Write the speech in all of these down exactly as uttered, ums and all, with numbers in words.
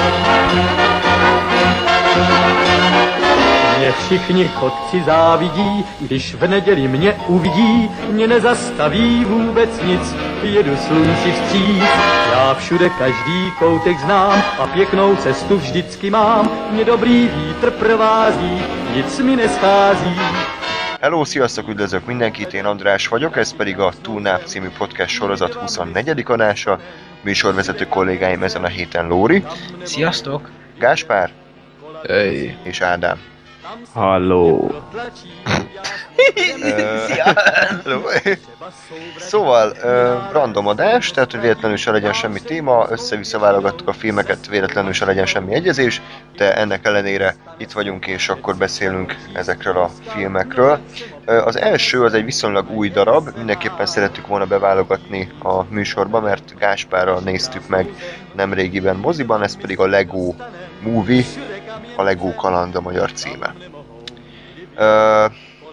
Mě všichni chodci závidí, když v neděli mě uvidí, mě nezastaví vůbec nic, jedu slunci vstříc. Já všude každý koutek znám a pěknou cestu vždycky mám, mě dobrý vítr provází, nic mi neschází. Hello, sziasztok, üdvözlök mindenkit, én András vagyok, ez pedig a Túlnáp című podcast sorozat huszonnegyedik adása. Műsorvezető kollégáim ezen a héten Lóri. Sziasztok! Gáspár. Hey. És Ádám. Halló! Szóval, uh, random adás, tehát hogy véletlenül se legyen semmi téma, össze-vissza válogattuk a filmeket, véletlenül se legyen semmi egyezés, de ennek ellenére itt vagyunk és akkor beszélünk ezekről a filmekről. Uh, az első az egy viszonylag új darab, mindenképpen szerettük volna beválogatni a műsorba, mert Gáspárral néztük meg nemrégiben moziban, ez pedig a Lego Movie, a Lego kaland a magyar címe. Uh,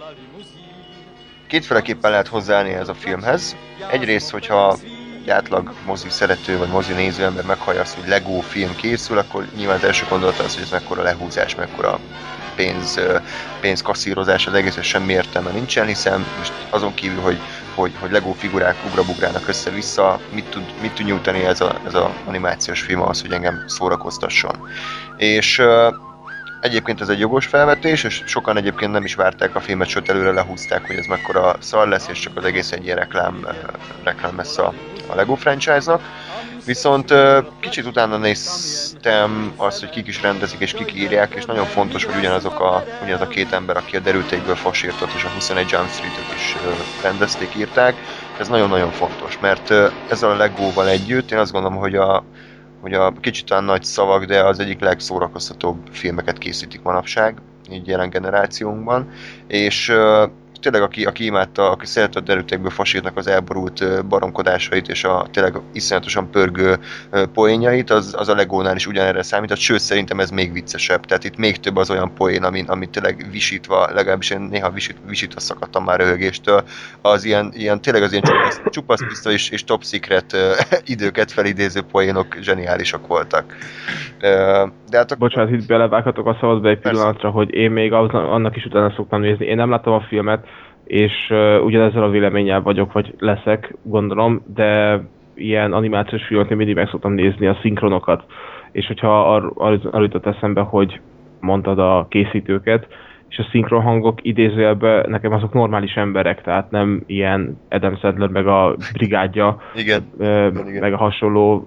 Kétféleképpen lehet hozzáállni ez a filmhez. Egyrészt, hogyha egy átlag mozi szerető vagy mozi néző ember meghallja azt, hogy Lego film készül, akkor nyilván az első gondolata az, hogy ez mekkora lehúzás, mekkora pénz, pénzkasszírozás, az egész semmi értelme nincsen, hiszen most azon kívül, hogy, hogy, hogy Lego figurák ugrabugrának össze-vissza, mit tud, mit tud nyújtani ez a, ez a animációs film az, hogy engem szórakoztasson. És egyébként ez egy jogos felvetés, és sokan egyébként nem is várták a filmet, sőt előre lehúzták, hogy ez mekkora szar lesz, és csak az egész egy ilyen reklám, reklám lesz a, a Lego franchise-nak. Viszont kicsit utána néztem azt, hogy kik is rendezik és kik írják, és nagyon fontos, hogy ugyanazok a, ugyanaz a két ember, aki a Derültékből Fasírtot és a huszonegy Jump Street-et is rendezték, írták. Ez nagyon-nagyon fontos, mert ezzel a Legóval együtt én azt gondolom, hogy a hogy a kicsit olyan nagy szavak, de az egyik legszórakoztatóbb filmeket készítik manapság, így jelen generációnkban, és uh, tényleg aki, aki imádta, aki szerette a Derültékből Fasírtnak az elborult uh, baromkodásait és a tényleg iszonyatosan pörgő uh, poénjait, az, az a Legónál is ugyanerre számít, sőt szerintem ez még viccesebb, tehát itt még több az olyan poén, ami, ami tényleg visítva, legalábbis én néha visit, visítva szakadtam már röhögéstől, az ilyen, ilyen tényleg az ilyen csupasz, csupaszpiszta és, és top secret uh, időket felidéző poénok zseniálisak voltak. Uh, de hát akkor... Bocsánat, itt belevághatok a szabadba egy pillanatra, hogy én még az, annak is utána szoktam nézni. Én nem láttam a filmet, és uh, ugyanezzel a véleménnyel vagyok, vagy leszek, gondolom, de ilyen animációs filmet én mindig meg szoktam nézni a szinkronokat. És hogyha ar- ar- arra jutott eszembe, hogy mondtad a készítőket, és a szinkron hangok idézőjelben nekem azok normális emberek, tehát nem ilyen Adam Sandler meg a brigádja, igen. Uh, igen. meg a hasonló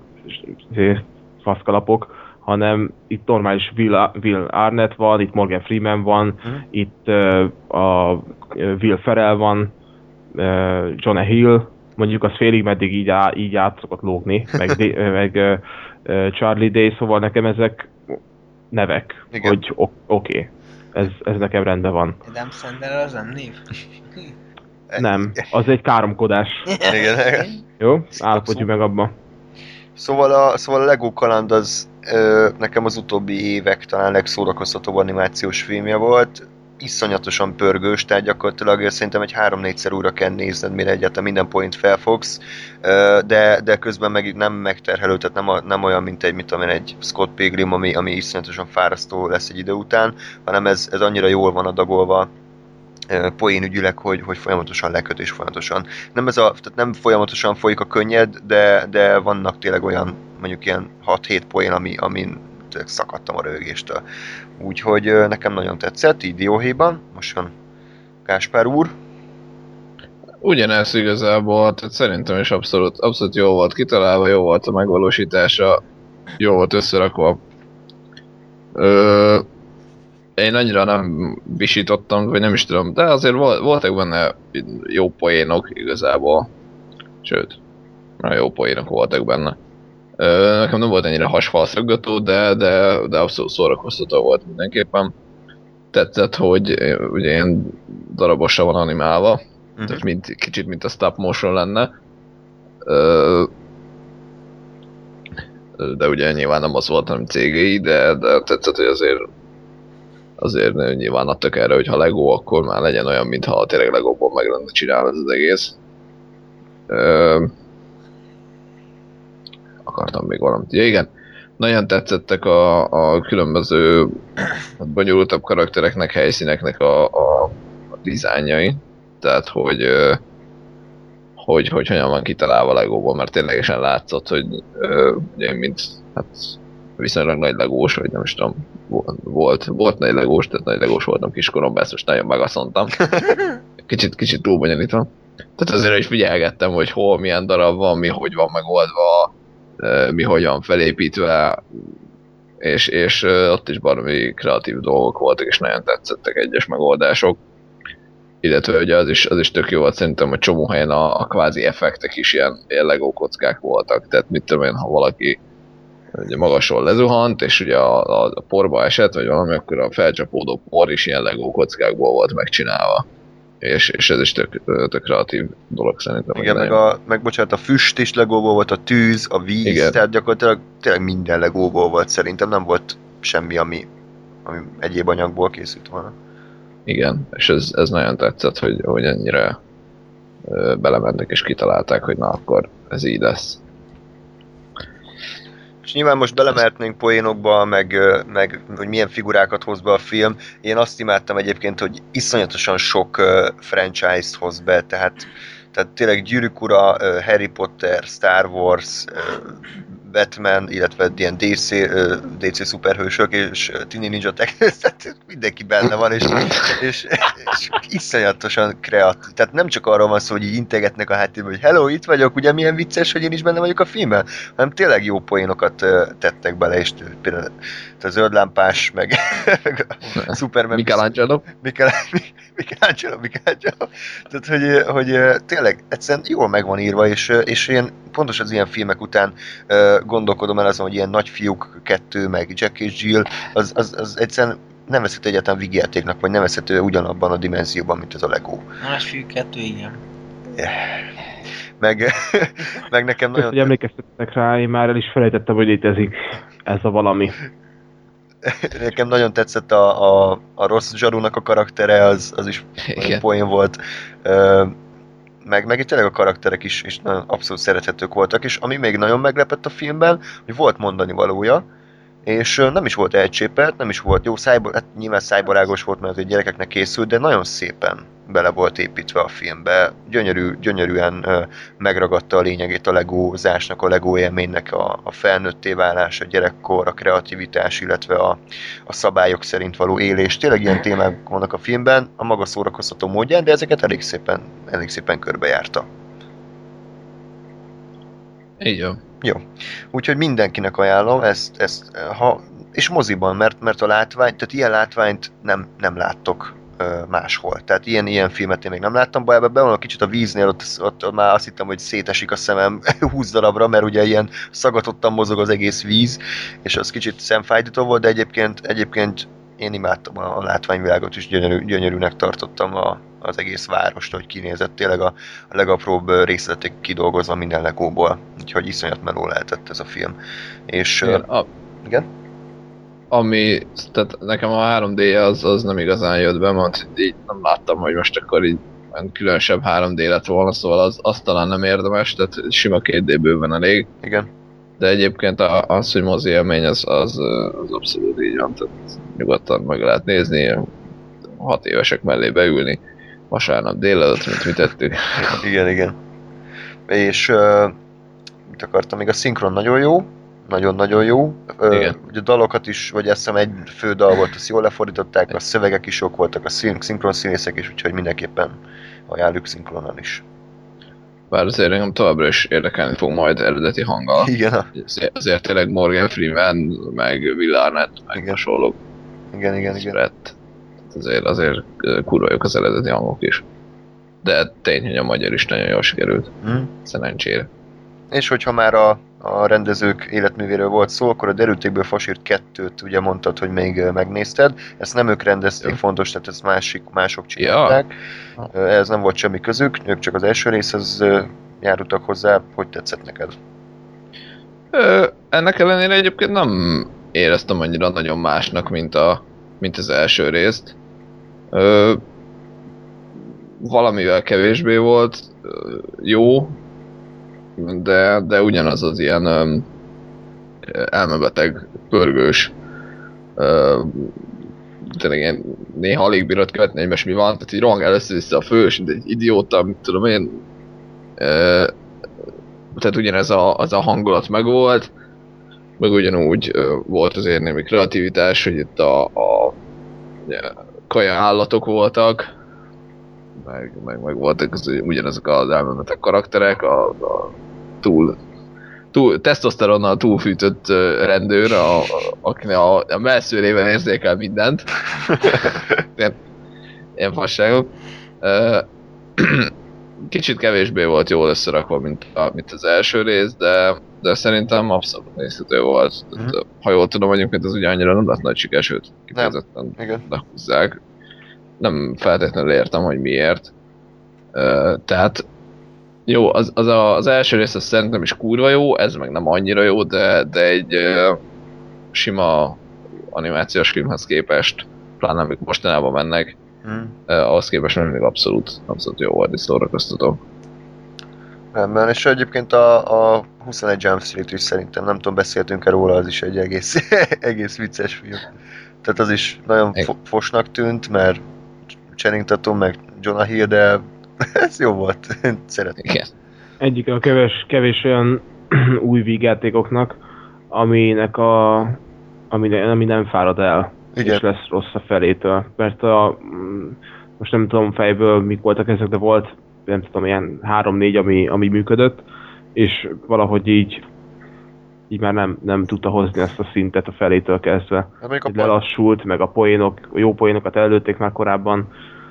faszkalapok, hanem itt normális Will, Will Arnett van, itt Morgan Freeman van, mm. itt uh, a Will Ferrell van, uh, Jonah Hill, mondjuk az félig meddig így, á, így át szokott lógni, meg, meg uh, uh, Charlie Day, szóval nekem ezek nevek, igen. Hogy oké, okay, ez, ez nekem rendben van. Adam Sandler az nem név? Nem, az egy káromkodás. Igen. Jó, állapodjunk meg abban. Szóval a, szóval a Lego kaland az ö, nekem az utóbbi évek talán legszórakoztatóbb animációs filmje volt. Iszonyatosan pörgős, tehát gyakorlatilag szerintem egy három-négyszer újra kell nézned, mire egyáltalán minden point felfogsz, ö, de, de közben meg nem megterhelő, tehát nem, a, nem olyan, mint egy, mint amilyen egy Scott Pilgrim, ami, ami iszonyatosan fárasztó lesz egy idő után, hanem ez, ez annyira jól van adagolva, poénügyileg, hogy, hogy folyamatosan leköt és folyamatosan. Nem, ez a, tehát nem folyamatosan folyik a könnyed, de, de vannak tényleg olyan, mondjuk ilyen hat-hét poén, ami, amin szakadtam a röhögéstől. Úgyhogy nekem nagyon tetszett, így dióhéjban. Most van Gáspár úr. Ugyanez igazából, tehát szerintem is abszolút, abszolút jó volt kitalálva, jó volt a megvalósítása, jó volt összerakva. Ö, Én annyira nem visítottam, vagy nem is tudom, de azért voltak benne jó poénok igazából. Sőt, nagyon jó poénok voltak benne. Nekem nem volt ennyire hasfalszaggató, de, de, de abszolút szórakoztató volt mindenképpen. Tetszett, hogy ugye ilyen darabosra van animálva, uh-huh. Tehát mint, kicsit mint a stop motion lenne. De ugye nyilván nem az volt, hanem cégei, de, de tetszett, hogy azért azért nyilván adtak erre, hogy ha Lego, akkor már legyen olyan, mintha tényleg Legóból meg lenne csinálva ez az egész. Ö... Akartam még valamit. Ja, igen. nagyon tetszettek a, a különböző hát bonyolultabb karaktereknek, helyszíneknek a, a, a dizájnjai. Tehát, hogy, ö, hogy, hogy hogyan van kitalálva Legóból, mert ténylegesen látszott, hogy ö, ugye, mint hát viszonylag nagy legós, vagy nem is tudom, volt, volt nagy legós, tehát nagy legós voltam kiskoromban, ezt most nagyon megaszontam. Kicsit, kicsit túlbonyolítva. Tehát azért is figyelgettem, hogy hol, milyen darab van, mi hogy van megoldva, mi hogy van felépítve, és, és ott is baromi kreatív dolgok voltak, és nagyon tetszettek egyes megoldások. Illetve ugye az is, az is tök jó volt szerintem, hogy csomó helyen a, a kvázi effektek is ilyen, ilyen Lego kockák voltak. Tehát mit tudom én, ha valaki ugye magasról lezuhant, és ugye a, a, a porba esett, vagy valami, akkor a felcsapódó por is ilyen Lego kockákból volt megcsinálva. És, és ez is tök, tök kreatív dolog szerintem. Igen, meg, a, meg bocsánat, a füst is Legóból volt, a tűz, a víz, igen. Tehát gyakorlatilag tényleg minden Legóból volt szerintem, nem volt semmi, ami, ami egyéb anyagból készült volna. Igen, és ez, ez nagyon tetszett, hogy, hogy ennyire ö, belementek és kitalálták, hogy na akkor ez így lesz. És nyilván most belemehetnénk poénokba, meg, meg hogy milyen figurákat hoz be a film. Én azt imádtam egyébként, hogy iszonyatosan sok uh, franchise-t hoz be, tehát, tehát tényleg Gyűrűk ura, uh, Harry Potter, Star Wars, uh, Batman, illetve ilyen dé cé, uh, dé cé szuperhősök és uh, Teenage Ninja Turtles, tehát mindenki benne van, és, és, és iszonyatosan kreatív. Tehát nem csak arról van szó, hogy így integetnek a háttérben, hogy hello, itt vagyok, ugye milyen vicces, hogy én is benne vagyok a filmben, hanem tényleg jó poénokat uh, tettek bele, és például a zöldlámpás, meg, meg a Superman... Michelangelo. Michelangelo, Michelangelo. Tehát, hogy, hogy tényleg egyszerűen jól meg van írva, és, és én pontos az ilyen filmek után gondolkodom el azon, hogy ilyen Nagyfiúk kettő, meg Jack és Jill, az, az, az egyszerűen nem veszhető egyáltalán vígjátéknak, vagy nem veszhető ugyanabban a dimenzióban, mint az a Lego. Nagyfiúk kettő, igen. Meg, meg nekem nagyon... Köszönöm, hogy emlékeztettek rá, én már el is felejtettem, hogy létezik ez a valami. Nekem nagyon tetszett a, a, a rossz zsarúnak a karaktere, az, az is poén volt. Meg, meg itt tényleg a karakterek is, is abszolút szerethetők voltak, és ami még nagyon meglepett a filmben, hogy volt mondani valója, és nem is volt elcsépelt, nem is volt jó, szájból, hát nyilván szájbarágos volt, mert egy gyerekeknek készült, de nagyon szépen bele volt építve a filmbe. Gyönyörű, gyönyörűen uh, megragadta a lényegét a legózásnak, a Lego élménynek, a, a felnőtté válás, a gyerekkor, a kreativitás, illetve a, a szabályok szerint való élés. Tényleg ilyen témák vannak a filmben, a maga szórakoztató módján, de ezeket elég szépen, elég szépen körbejárta. Így van. Jó. Úgyhogy mindenkinek ajánlom ezt, ezt ha, és moziban, mert, mert a látvány, tehát ilyen látványt nem, nem láttok ö, máshol. Tehát ilyen, ilyen filmet én még nem láttam, bár ebben be kicsit a víznél, ott, ott, ott már azt hittem, hogy szétesik a szemem húsz darabra, mert ugye ilyen szagatottan mozog az egész víz, és az kicsit szemfájdító volt, de egyébként, egyébként én imádtam a, a látványvilágot, és gyönyörű, gyönyörűnek tartottam a, az egész várost, hogy kinézett, tényleg a, a legapróbb részletek kidolgozva minden Legóból, úgyhogy iszonyat meló lehetett ez a film. És... Igen, a, igen? Ami, tehát nekem a három dé az, az nem igazán jött be, mert így nem láttam, hogy most akkor így különösebb három dé lett volna, szóval az, az talán nem érdemes, tehát sima két dé bőven elég. Igen. De egyébként az, hogy mozi élmény, az, az, az abszolút így van, tehát nyugodtan meg lehet nézni, hat évesek mellé beülni, vasárnap délelőtt, mint mit tettük. Igen, igen. És uh, mit akartam, még a szinkron nagyon jó, nagyon-nagyon jó. Uh, ugye a dalokat is, vagy azt hiszem egy fő dal volt, azt jól lefordították, a szövegek is jók voltak, a szinkron színészek is, úgyhogy mindenképpen ajánljuk szinkronon is. Bár azért engem továbbra is érdekelni fog majd eredeti hanggal. Igen. Azért, azért tényleg Morgan Freeman, meg Will Arnett, meg igen. Hasonlók. Igen, igen, igen. Brett. Azért, azért kurva jók az eredeti hangok is. De tény, hogy a magyar is nagyon jól sikerült. Hmm. Szerencsére. És hogyha már a, a rendezők életművéről volt szó, akkor a Derültékből Fasírt kettőt ugye mondtad, hogy még megnézted. Ezt nem ők rendezték, jó. Fontos, tehát ezt másik, mások csinálták. Ja. Ez nem volt semmi közük, ők csak az első részhez járultak hozzá. Hogy tetszett neked? Ö, ennek ellenére egyébként nem éreztem annyira nagyon másnak, mint, a, mint az első részt. Ö, valamivel kevésbé volt ö, jó, de, de ugyanaz az ilyen, ö, elmebeteg, pörgős. Ö, tényleg én néha alig bírod követni, hogy most mi van, tehát így rohang először vissza a fős, mint egy idióta, mit tudom én. Ö, tehát ugyanez a, az a hangulat megvolt, meg ugyanúgy ö, volt azért némi kreativitás, hogy itt a, a ugye, kaja állatok voltak, meg, meg, meg voltak az, ugyanazok az elmebeteg karakterek, a, a túl Túl, tesztoszteronnal túlfűtött uh, rendőr, a, a, akinek a, a mellszőrében érzékel mindent. ilyen, ilyen fasságok. Uh, kicsit kevésbé volt jól összerakva, mint, a, mint az első rész, de, de szerintem abszolút nézhető volt. Mm-hmm. Tehát, ha jól tudom, egyébként az ugye annyira nem lett nagy siker, sőt, kifejezetten lehúzzák. Nem feltétlenül értem, hogy miért. Uh, tehát jó, az, az, a, az első rész az szerintem is kurva jó, ez meg nem annyira jó, de, de egy uh, sima animációs filmhez képest, pláne amik mostanában mennek, hmm. uh, ahhoz képest mindig abszolút, abszolút jó volt, és szórakoztató. Rendben, és egyébként a, a huszonegy Jump Street is szerintem, nem tudom, beszéltünk-e róla, az is egy egész, egész vicces film. Tehát az is nagyon fo- fosnak tűnt, mert Channing Tatum meg Jonah Hill, de ez jó volt, szeretném. Igen. Egyik a kevés, kevés olyan új vígjátékoknak, aminek a, ami, ami nem fárad el, igen. És lesz rossz a felétől. Mert a, most nem tudom fejből mik voltak ezek, de volt, nem tudom, ilyen három-négy, ami, ami működött, és valahogy így, így már nem, nem tudta hozni ezt a szintet a felétől kezdve. Hát lelassult, meg a poénok, a jó poénokat előtték már korábban,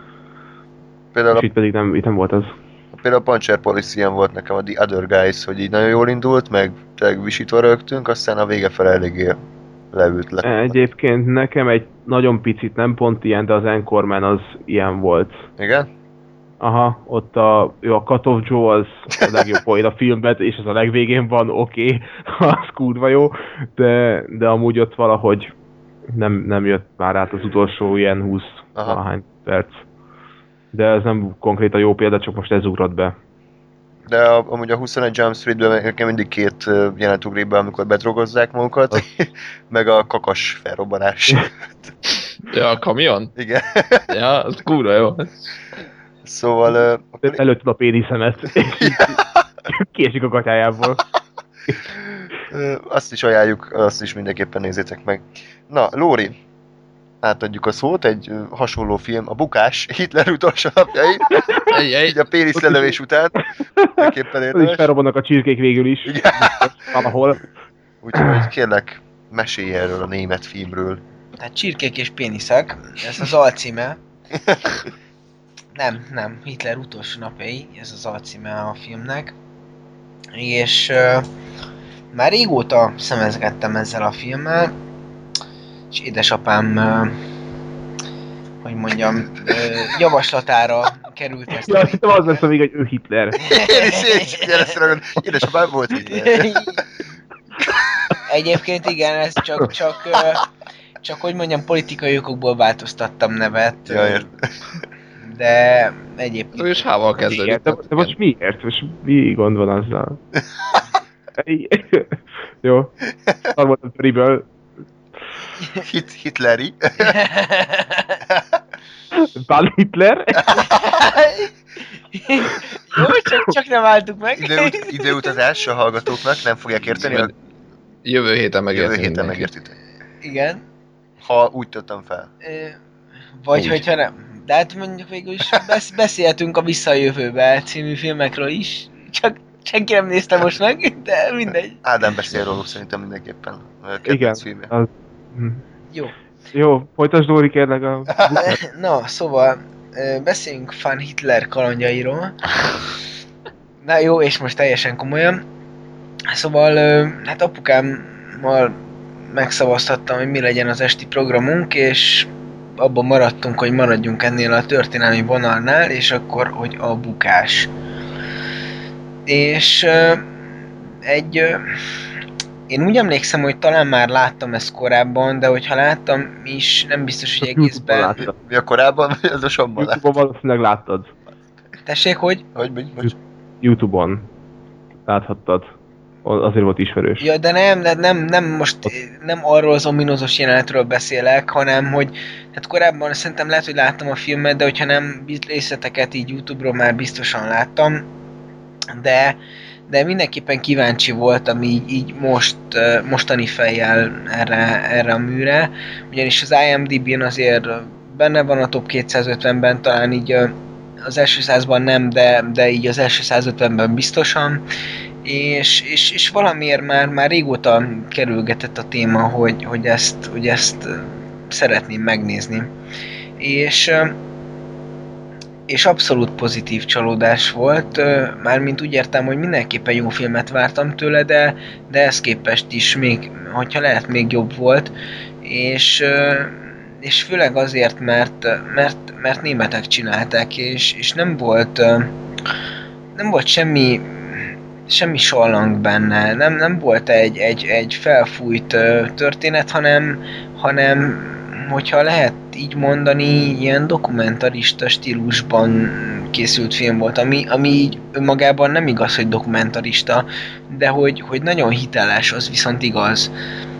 például és a, itt pedig nem, itt nem volt az. Például a Puncher Police ilyen volt nekem, a The Other Guys, hogy így nagyon jól indult, meg tényleg visítva rögtünk, aztán a vége fel eléggé leült le. Egyébként nekem egy nagyon picit, nem pont ilyen, de az Anchorman az ilyen volt. Igen? Aha, ott a, jó, a Cut of Joe az a legjobb poén a filmben, és az a legvégén van, oké, okay, az kurva jó, de, de amúgy ott valahogy nem, nem jött már át az utolsó ilyen húsz valahány perc. De ez nem konkrétan jó példa, csak most ez ugrott be. De a, amúgy a huszonegy Jump Streetben nekem mindig két jelenet ugrik be, amikor bedrogozzák magukat, meg a kakas felrobbanás. Ja, a kamion? Igen. Ja, az kurva jó. Szóval... Uh, akkor... Előtted a péniszemet, és kiesik a gatyájából. Azt is ajánljuk, azt is mindenképpen nézzétek meg. Na, Lóri, átadjuk a szót, egy hasonló film, a Bukás, Hitler utolsó napjai, így a péniszlelövés után. Mindenképpen érdemes. És felrobbannak a csirkék végül is. Valahol. Úgyhogy kérlek, mesélj erről a német filmről. Tehát Csirkék és péniszek, ez az alcíme. Nem, nem, Hitler utolsó napjai, ez az alcíme a filmnek. És uh, már régóta szemezgettem ezzel a filmmel, és édesapám, uh, hogy mondjam, uh, javaslatára került ezt. Ja, hittem az lesz még, hogy ő Hitler. Én is, én is jeleztem, hogy édesapám volt Hitler. Egyébként igen, ez csak, csak, uh, csak hogy mondjam, politikai okokból változtattam nevet. Ja, de egyébként... És hával kezdődik. De, de most miért? Most mi gond van azzal? Jó. Az volt a Tribble. Hit, Hitleri. Van Hitler? Jó, csak, csak nem álltuk meg. Időut, időutazás a hallgatóknak, nem fogják érteni. A... Jövő héten megérti. Jövő héten megértitek. Igen. Ha úgy tettem fel. Vagy úgy. Hogyha nem. De hát mondjuk végül is besz- beszélhetünk a Vissza a jövőbe című filmekről is. Csak senki nem nézte most meg, de mindegy. Ádám beszél róluk szerintem mindenképpen. Igen. Az... Jó. Jó, folytasd Dóri kérlek a... Na, szóval beszéljünk Van Hitler kalandjairól. Na jó, és most teljesen komolyan. Szóval, hát apukámmal megszavaztattam, hogy mi legyen az esti programunk, és abban maradtunk, hogy maradjunk ennél a történelmi vonalnál, és akkor, hogy a Bukás. És uh, egy... Uh, én úgy emlékszem, hogy talán már láttam ezt korábban, de hogyha láttam is, nem biztos, hogy egészben... Mi a korábban, vagy az a somban láttam? YouTube-on valószínűleg láttad. Tessék, hogy? Hogy, hogy, hogy? YouTube-on láthattad. azért volt ismerős. Ja, de nem, de nem, nem most nem arról az ominózus jelenetről beszélek, hanem hogy hát korábban szerintem lehet, hogy láttam a filmet, de hogyha nem részleteket így YouTube-ról már biztosan láttam, de, de mindenképpen kíváncsi voltam így, így most, mostani fejjel erre, erre a műre, ugyanis az IMDb-n azért benne van a top kétszázötvenben, talán így az első százban nem, de, de így az első százötvenben biztosan, és, és, és valamiért már, már régóta kerülgetett a téma, hogy, hogy, ezt, hogy ezt szeretném megnézni. És, és abszolút pozitív csalódás volt, mármint úgy értem, hogy mindenképpen jó filmet vártam tőle, de, de ezt képest is még, hogyha lehet, még jobb volt, és, és főleg azért, mert, mert, mert németek csinálták, és, és nem volt nem volt semmi semmi sallang benne, nem, nem volt egy, egy, egy felfújt történet, hanem, hanem hogyha lehet így mondani, ilyen dokumentarista stílusban készült film volt, ami, ami így önmagában nem igaz, hogy dokumentarista, de hogy, hogy nagyon hiteles, az viszont igaz.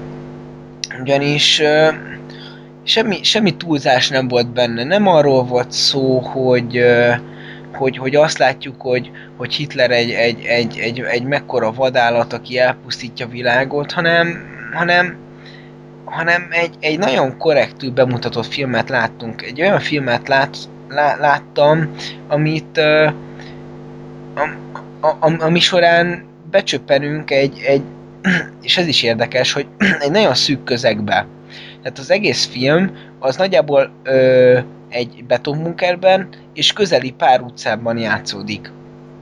Ugyanis semmi, semmi túlzás nem volt benne, nem arról volt szó, hogy Hogy, hogy azt látjuk, hogy, hogy Hitler egy, egy, egy, egy, egy mekkora vadállat, aki elpusztítja a világot, hanem, hanem, hanem egy, egy nagyon korrektül bemutatott filmet láttunk. Egy olyan filmet lát, lá, láttam, amit uh, am, am, ami során becsöppenünk egy, egy, és ez is érdekes, hogy egy nagyon szűk közegbe. Tehát az egész film az nagyjából ö, egy betonbunkerben és közeli pár utcában játszódik.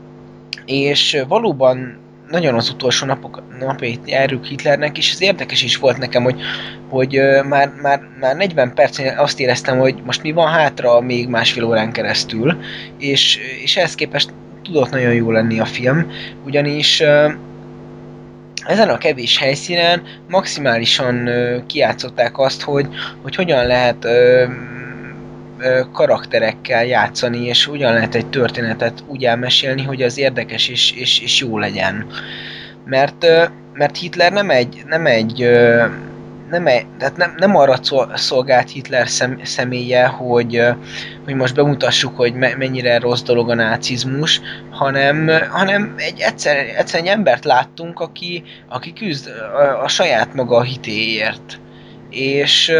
És valóban nagyon az utolsó napok, napjait járjuk Hitlernek, és ez érdekes is volt nekem, hogy, hogy ö, már, már, már negyven percen azt éreztem, hogy most mi van hátra még másfél órán keresztül, és, és ehhez képest tudott nagyon jó lenni a film, ugyanis ö, ezen a kevés helyszínen maximálisan ö, kijátszották azt, hogy, hogy hogyan lehet ö, ö, karakterekkel játszani, és hogyan lehet egy történetet úgy elmesélni, hogy az érdekes és, és, és jó legyen. Mert, ö, mert Hitler nem egy, nem egy, ö, nem, egy tehát nem, nem arra szolgált Hitler szem, személye, hogy, hogy most bemutassuk, hogy me, mennyire rossz dolog a nácizmus, hanem, hanem egy egyszer, egyszer egy embert láttunk, aki, aki küzd a, a saját maga hitéért. És,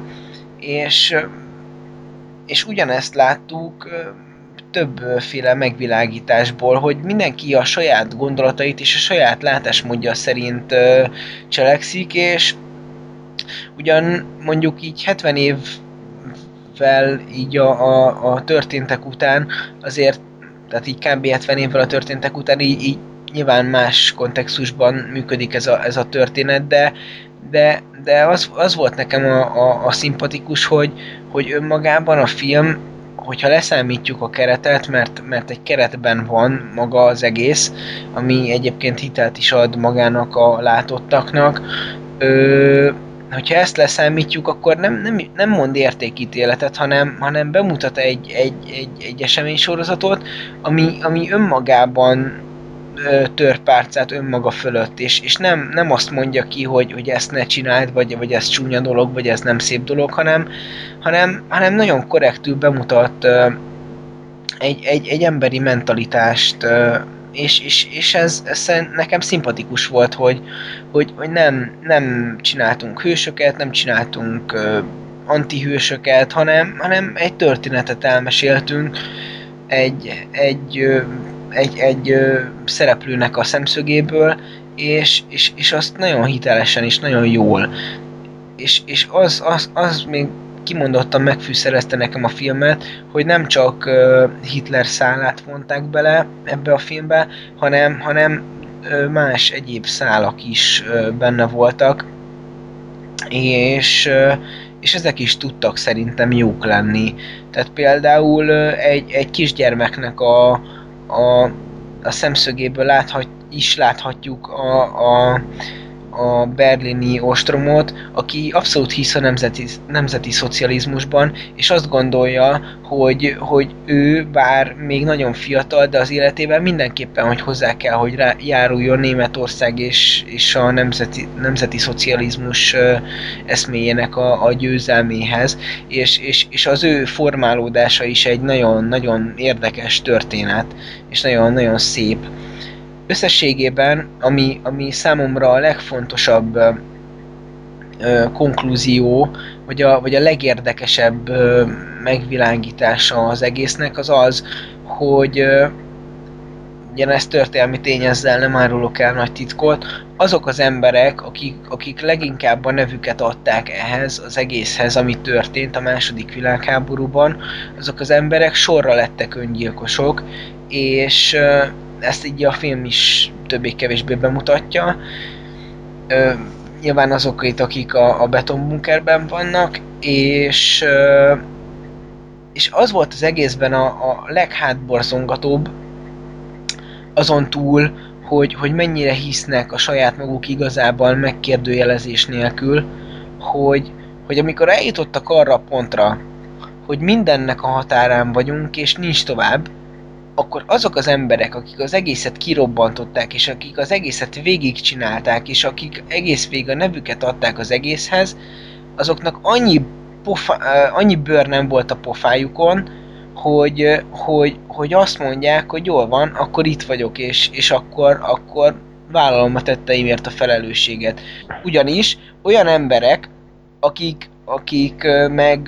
és, és ugyanezt láttuk többféle megvilágításból, hogy mindenki a saját gondolatait és a saját látásmódja szerint cselekszik, és ugyan mondjuk így hetven évvel így a, a, a történtek után azért, tehát így kb. hetven évvel a történtek után így, így nyilván más kontextusban működik ez a, ez a történet, de, de, de az, az volt nekem a, a, a szimpatikus, hogy, hogy önmagában a film, hogyha leszámítjuk a keretet, mert, mert egy keretben van maga az egész, ami egyébként hitelt is ad magának a látottaknak, ö, hogyha ezt leszámítjuk, akkor nem, nem, nem mond értékítéletet, hanem, hanem bemutat egy, egy, egy, egy eseménysorozatot, ami, ami önmagában ö, tör párcát önmaga fölött, és, és nem, nem azt mondja ki, hogy, hogy ezt ne csináld, vagy, vagy ez csúnya dolog, vagy ez nem szép dolog, hanem, hanem, hanem nagyon korrektül bemutat ö, egy, egy, egy emberi mentalitást, ö, és, és, és ez, ez nekem szimpatikus volt, hogy, hogy, hogy nem, nem csináltunk hősöket, nem csináltunk uh, antihősöket, hanem, hanem egy történetet elmeséltünk egy, egy, uh, egy, egy uh, szereplőnek a szemszögéből, és, és, és azt nagyon hitelesen és nagyon jól. És, és az, az, az még kimondottan megfűszerezte nekem a filmet, hogy nem csak uh, Hitler szálát vonták bele ebbe a filmbe, hanem, hanem uh, más egyéb szálak is uh, benne voltak, és, uh, és ezek is tudtak szerintem jók lenni. Tehát például uh, egy, egy kisgyermeknek a, a, a szemszögéből láthat, is láthatjuk a, a a berlini ostromot, aki abszolút hisz a nemzeti, nemzeti szocializmusban, és azt gondolja, hogy, hogy ő bár még nagyon fiatal, de az életében mindenképpen, hogy hozzá kell, hogy rá, járuljon Németország és, és a nemzeti, nemzeti szocializmus eszméjének a, a győzelméhez, és, és, és az ő formálódása is egy nagyon-nagyon érdekes történet, és nagyon-nagyon szép. Összességében, ami, ami számomra a legfontosabb ö, ö, konklúzió, vagy a, vagy a legérdekesebb ö, megvilágítása az egésznek, az az, hogy ö, ugye ez történelmi tény, ezzel nem árulok el nagy titkot, azok az emberek, akik, akik leginkább a nevüket adták ehhez, az egészhez, ami történt a második világháborúban, azok az emberek sorra lettek öngyilkosok, és ö, ezt így a film is többé-kevésbé bemutatja. Ö, nyilván azok, akik a, a betonbunkerben vannak, és, ö, és az volt az egészben a, a leghátborzongatóbb, azon túl, hogy, hogy mennyire hisznek a saját maguk igazában megkérdőjelezés nélkül, hogy, hogy amikor eljutottak arra a pontra, hogy mindennek a határán vagyunk, és nincs tovább, akkor azok az emberek, akik az egészet kirobbantották, és akik az egészet végigcsinálták, és akik egész végig a nevüket adták az egészhez, azoknak annyi, pofa, annyi bőr nem volt a pofájukon, hogy, hogy, hogy azt mondják, hogy jól van, akkor itt vagyok, és, és akkor, akkor vállalom a tetteimért a felelősséget. Ugyanis olyan emberek, akik, akik meg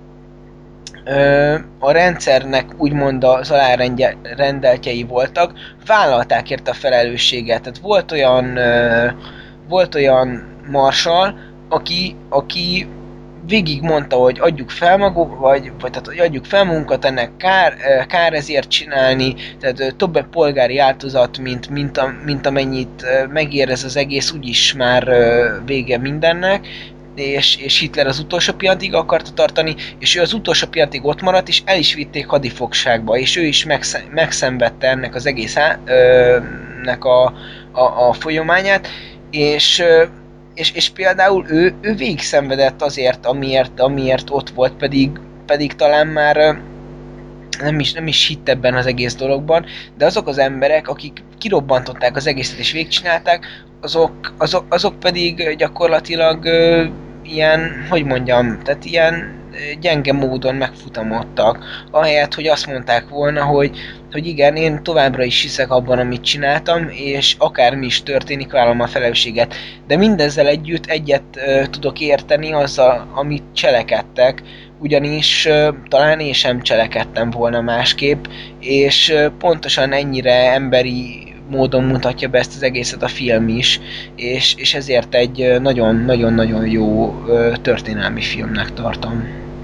a rendszernek úgymond az alárendeltjei voltak, vállalták érte a felelősséget. Tehát volt olyan, volt olyan marsal, aki, aki végig mondta, hogy adjuk fel maguk, vagy, vagy tehát, hogy adjuk fel magunkat, ennek kár, kár ezért csinálni, tehát több polgári áldozat, mint, mint, a, mint amennyit megér ez az egész, úgyis már vége mindennek, és, és Hitler az utolsó pillanatig akarta tartani, és ő az utolsó pillanatig ott maradt, és el is vitték hadifogságba, és ő is megsz, megszenvedte ennek az egész á, ö, nek a, a, a folyamányát, és És, és például ő, ő végig szenvedett azért, amiért, amiért ott volt, pedig, pedig talán már nem is, nem is hitt ebben az egész dologban, de azok az emberek, akik kirobbantották az egészet és végigcsinálták, azok, azok, azok pedig gyakorlatilag ö, ilyen, hogy mondjam, tehát ilyen gyenge módon megfutamodtak, ahelyett, hogy azt mondták volna, hogy, hogy igen, én továbbra is hiszek abban, amit csináltam, és akármi is történik, vállalom a felelősséget. De mindezzel együtt egyet uh, tudok érteni azzal, amit cselekedtek, ugyanis uh, talán én sem cselekedtem volna másképp, és uh, pontosan ennyire emberi módon mutatja be ezt az egészet a film is, és, és ezért egy nagyon-nagyon-nagyon jó uh, történelmi filmnek tartom.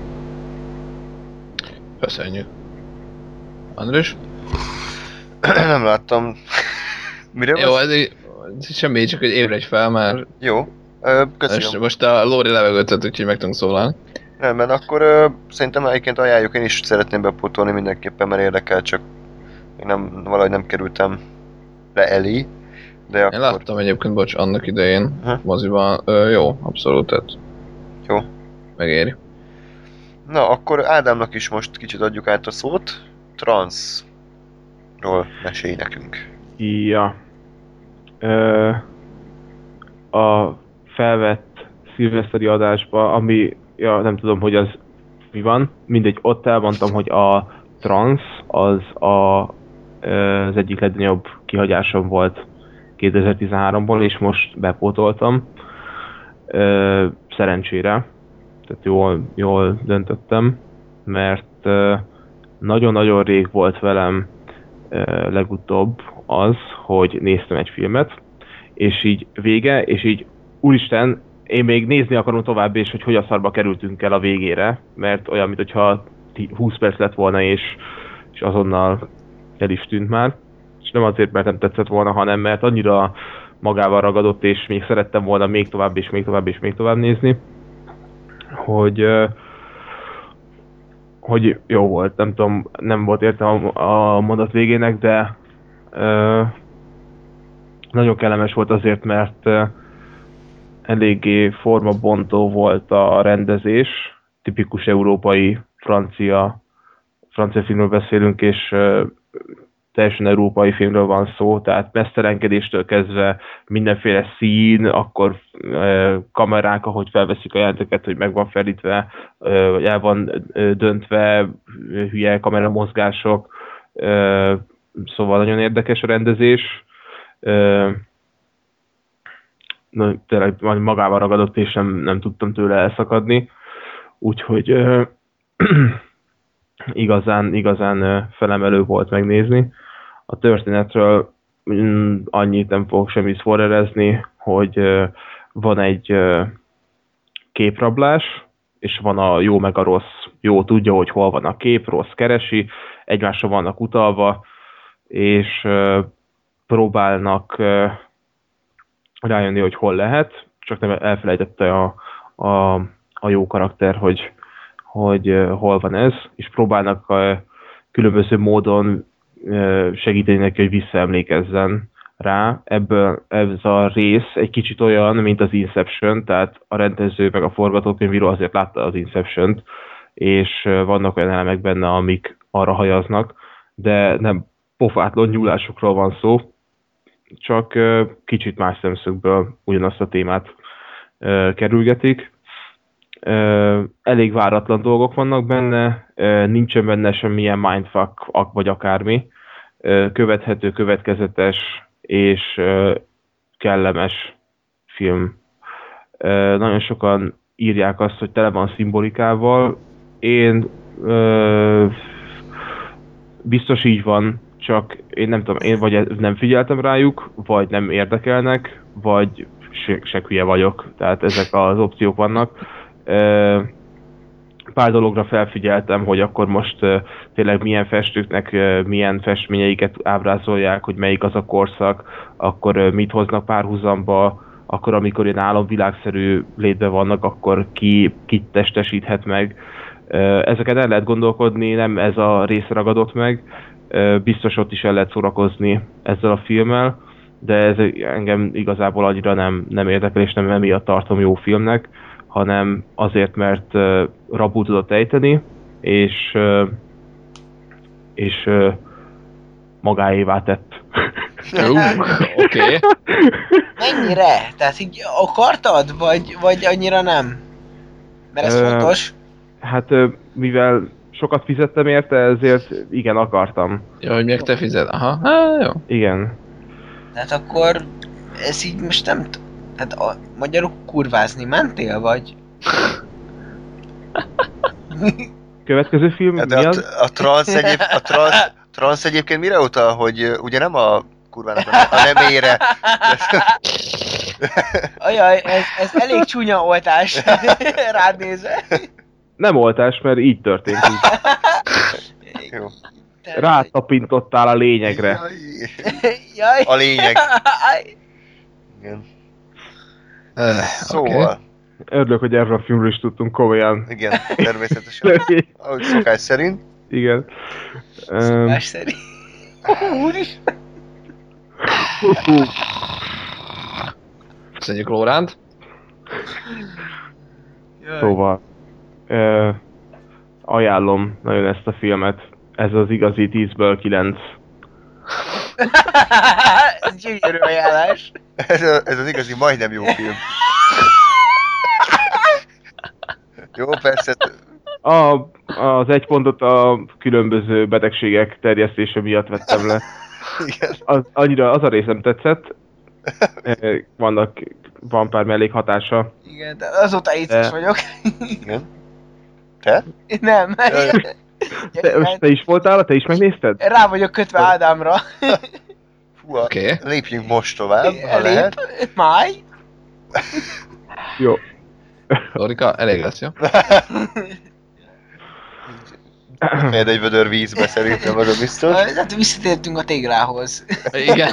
Köszönjük. András? Nem láttam. Mire Jó, van? ez így, semmi, csak hogy ébredj fel már. Jó. Ö, Most, köszönöm. most a Lóri levegőt, úgyhogy meg tudunk szólalni. Nem, mert akkor ö, szerintem egyébként ajánljuk, én is szeretném bepótolni mindenképpen, mert érdekel, csak én nem, valahogy nem kerültem le elé. De akkor... Én láttam egyébként, bocs, annak idején Aha. moziban. Ö, jó, abszolút, tehát Jó. megéri. Na, akkor Ádámnak is most kicsit adjuk át a szót. Transról mesélj nekünk. Ja. Ö, a felvett szilveszteri adásba, ami, ja, nem tudom, hogy az mi van, mindegy, ott elmondtam, hogy a Trans az a, az egyik legnagyobb kihagyásom volt kétezer-tizenháromból, és most bepótoltam. Ö, szerencsére. Tehát jól, jól döntöttem, mert nagyon-nagyon rég volt velem legutóbb az, hogy néztem egy filmet, és így vége, és így úristen, én még nézni akarom tovább, és hogy hogy a szarba kerültünk el a végére, mert olyan, mintha húsz perc lett volna, és, és azonnal el is tűnt már. És nem azért, mert nem tetszett volna, hanem mert annyira magával ragadott, és még szerettem volna még tovább, és még tovább, és még tovább nézni, hogy, hogy jó volt, nem tudom, nem volt értelme a mondat végének, de uh, nagyon kellemes volt azért, mert uh, eléggé formabontó volt a rendezés, tipikus európai francia, francia filmről beszélünk, és uh, teljesen európai filmről van szó, tehát mesztelenkedéstől kezdve mindenféle szín, akkor uh, kamerák, ahogy felveszik a jelenteket, hogy meg van felítve, uh, vagy el van uh, döntve, hülye kameramozgások, uh, szóval nagyon érdekes a rendezés. Uh, Na, tényleg magával ragadott, és nem, nem tudtam tőle elszakadni. Úgyhogy uh, igazán, igazán uh, felemelő volt megnézni. A történetről mm, annyit nem fogok semmit spoilerezni, hogy uh, van egy uh, képrablás, és van a jó meg a rossz. Jó tudja, hogy hol van a kép, rossz keresi, egymásra vannak utalva, és uh, próbálnak uh, rájönni, hogy hol lehet, csak nem elfelejtette a, a, a jó karakter, hogy, hogy uh, hol van ez, és próbálnak uh, különböző módon uh, segíteni neki, hogy visszaemlékezzen rá. Ebből ez a rész egy kicsit olyan, mint az Inception, tehát a rendező meg a forgatókönyvíró azért látta az Inception-t, és uh, vannak olyan elemek benne, amik arra hajaznak, de nem pofátlan nyúlásokról van szó, csak uh, kicsit más szemszögből ugyanazt a témát uh, kerülgetik. Uh, elég váratlan dolgok vannak benne, uh, nincsen benne semmilyen mindfuck vagy akármi. Uh, követhető, következetes és uh, kellemes film. Uh, nagyon sokan írják azt, hogy tele van szimbolikával. Én uh, biztos így van, csak én nem tudom, én vagy nem figyeltem rájuk, vagy nem érdekelnek, vagy se, se hülye vagyok. Tehát ezek az opciók vannak. Pár dologra felfigyeltem, hogy akkor most tényleg milyen festőknek milyen festményeiket ábrázolják, hogy melyik az a korszak, akkor mit hoznak párhuzamba, akkor amikor ilyen álomvilágszerű létben vannak, akkor ki, kit testesíthet meg. Ezeket el lehet gondolkodni, nem ez a rész ragadott meg. Biztos ott is el lehet szórakozni ezzel a filmmel, de ez engem igazából annyira nem, nem érdekel, és nem emiatt tartom jó filmnek, hanem azért, mert uh, rabul tudott ejteni, és, uh, és uh, magáévá tett. Uh, Oké. Okay. Mennyire? Tehát így akartad, vagy, vagy annyira nem? Mert ez uh, fontos. Hát uh, mivel sokat fizettem érte, ezért igen, akartam. Jó, hogy még te fizet? Aha, há, jó. Igen. Tehát akkor ez így most nem... Hát a, magyarul kurvázni mentél, vagy? Következő film de mi a, az? a, transz egyéb, a transz, transz egyébként mire utal, hogy uh, ugye nem a kurvának a nemére. Ajaj, ez, ez elég csúnya oltás rád nézve. Nem oltás, mert így történt. Jó. Rátapintottál a lényegre. Jaj. Jaj. A lényeg. Igen. Uh, Szóval. Okay. Örülök, hogy erről a filmről is tudtunk komolyan. Igen, természetesen. Ahogy szokás szerint. Igen. Szokás szerint. Úris. Köszönjük Lóránt. Szóval uh, ajánlom nagyon ezt a filmet. Ez az igazi tízből kilenc. Ez gyönyörű ajánlás. Ez, a, ez az igazi majdnem jó film. Jó, persze. A, az egy pontot a különböző betegségek terjesztése miatt vettem le. Igen. Az, annyira az a részem tetszett. Vannak, van pár mellékhatása. Igen, de azóta éces vagyok. Igen. Te? Nem. Te, te is voltál, te is megnézted? Rá vagyok kötve Ádámra. Fú, okay. Lépjünk most tovább, ha Lép. lehet. Máj. Jó. Lórika, elég lesz, jó? Fejed egy vödör vízbe szerintem, az a biztos. Hát visszatértünk a téglához. Igen.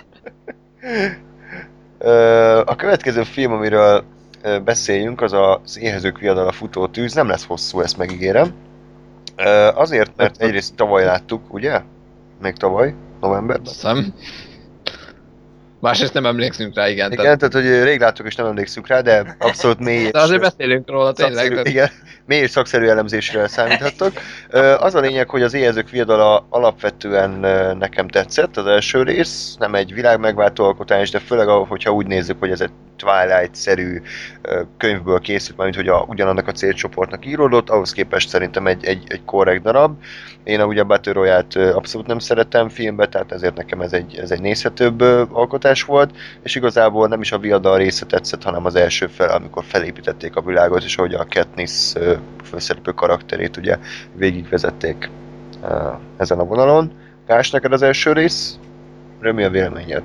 A következő film, amiről beszéljünk, az az Éhezők viadala futó tűz. Nem lesz hosszú, ezt megígérem. Azért, mert egyrészt tavaly láttuk, ugye? Még tavaly, novemberben. Szem. Másrészt nem emlékszünk rá, igen. Igen, tehát, hogy rég láttuk és nem emlékszünk rá, de abszolút mély és... De azért beszélünk róla tényleg. szakszerű, Tehát... igen, mély és szakszerű elemzésre számíthattok. Az a lényeg, hogy az Éhezők viadala alapvetően nekem tetszett, az első rész, nem egy világmegváltó alkotás, de főleg, hogyha úgy nézzük, hogy ez egy Twilight-szerű könyvből készült, mármint hogy a, ugyanannak a célcsoportnak íródott, ahhoz képest szerintem egy, egy, egy korrekt darab. Én a, ugye a Battle Royale-t abszolút nem szeretem filmbe, tehát ezért nekem ez egy, ez egy nézhetőbb alkotás volt, és igazából nem is a viadal része tetszett, hanem az első fel, amikor felépítették a világot, és ahogy a Katniss főszereplő karakterét ugye végigvezették ezen a vonalon. Gás, neked az első rész? Mi a véleményed?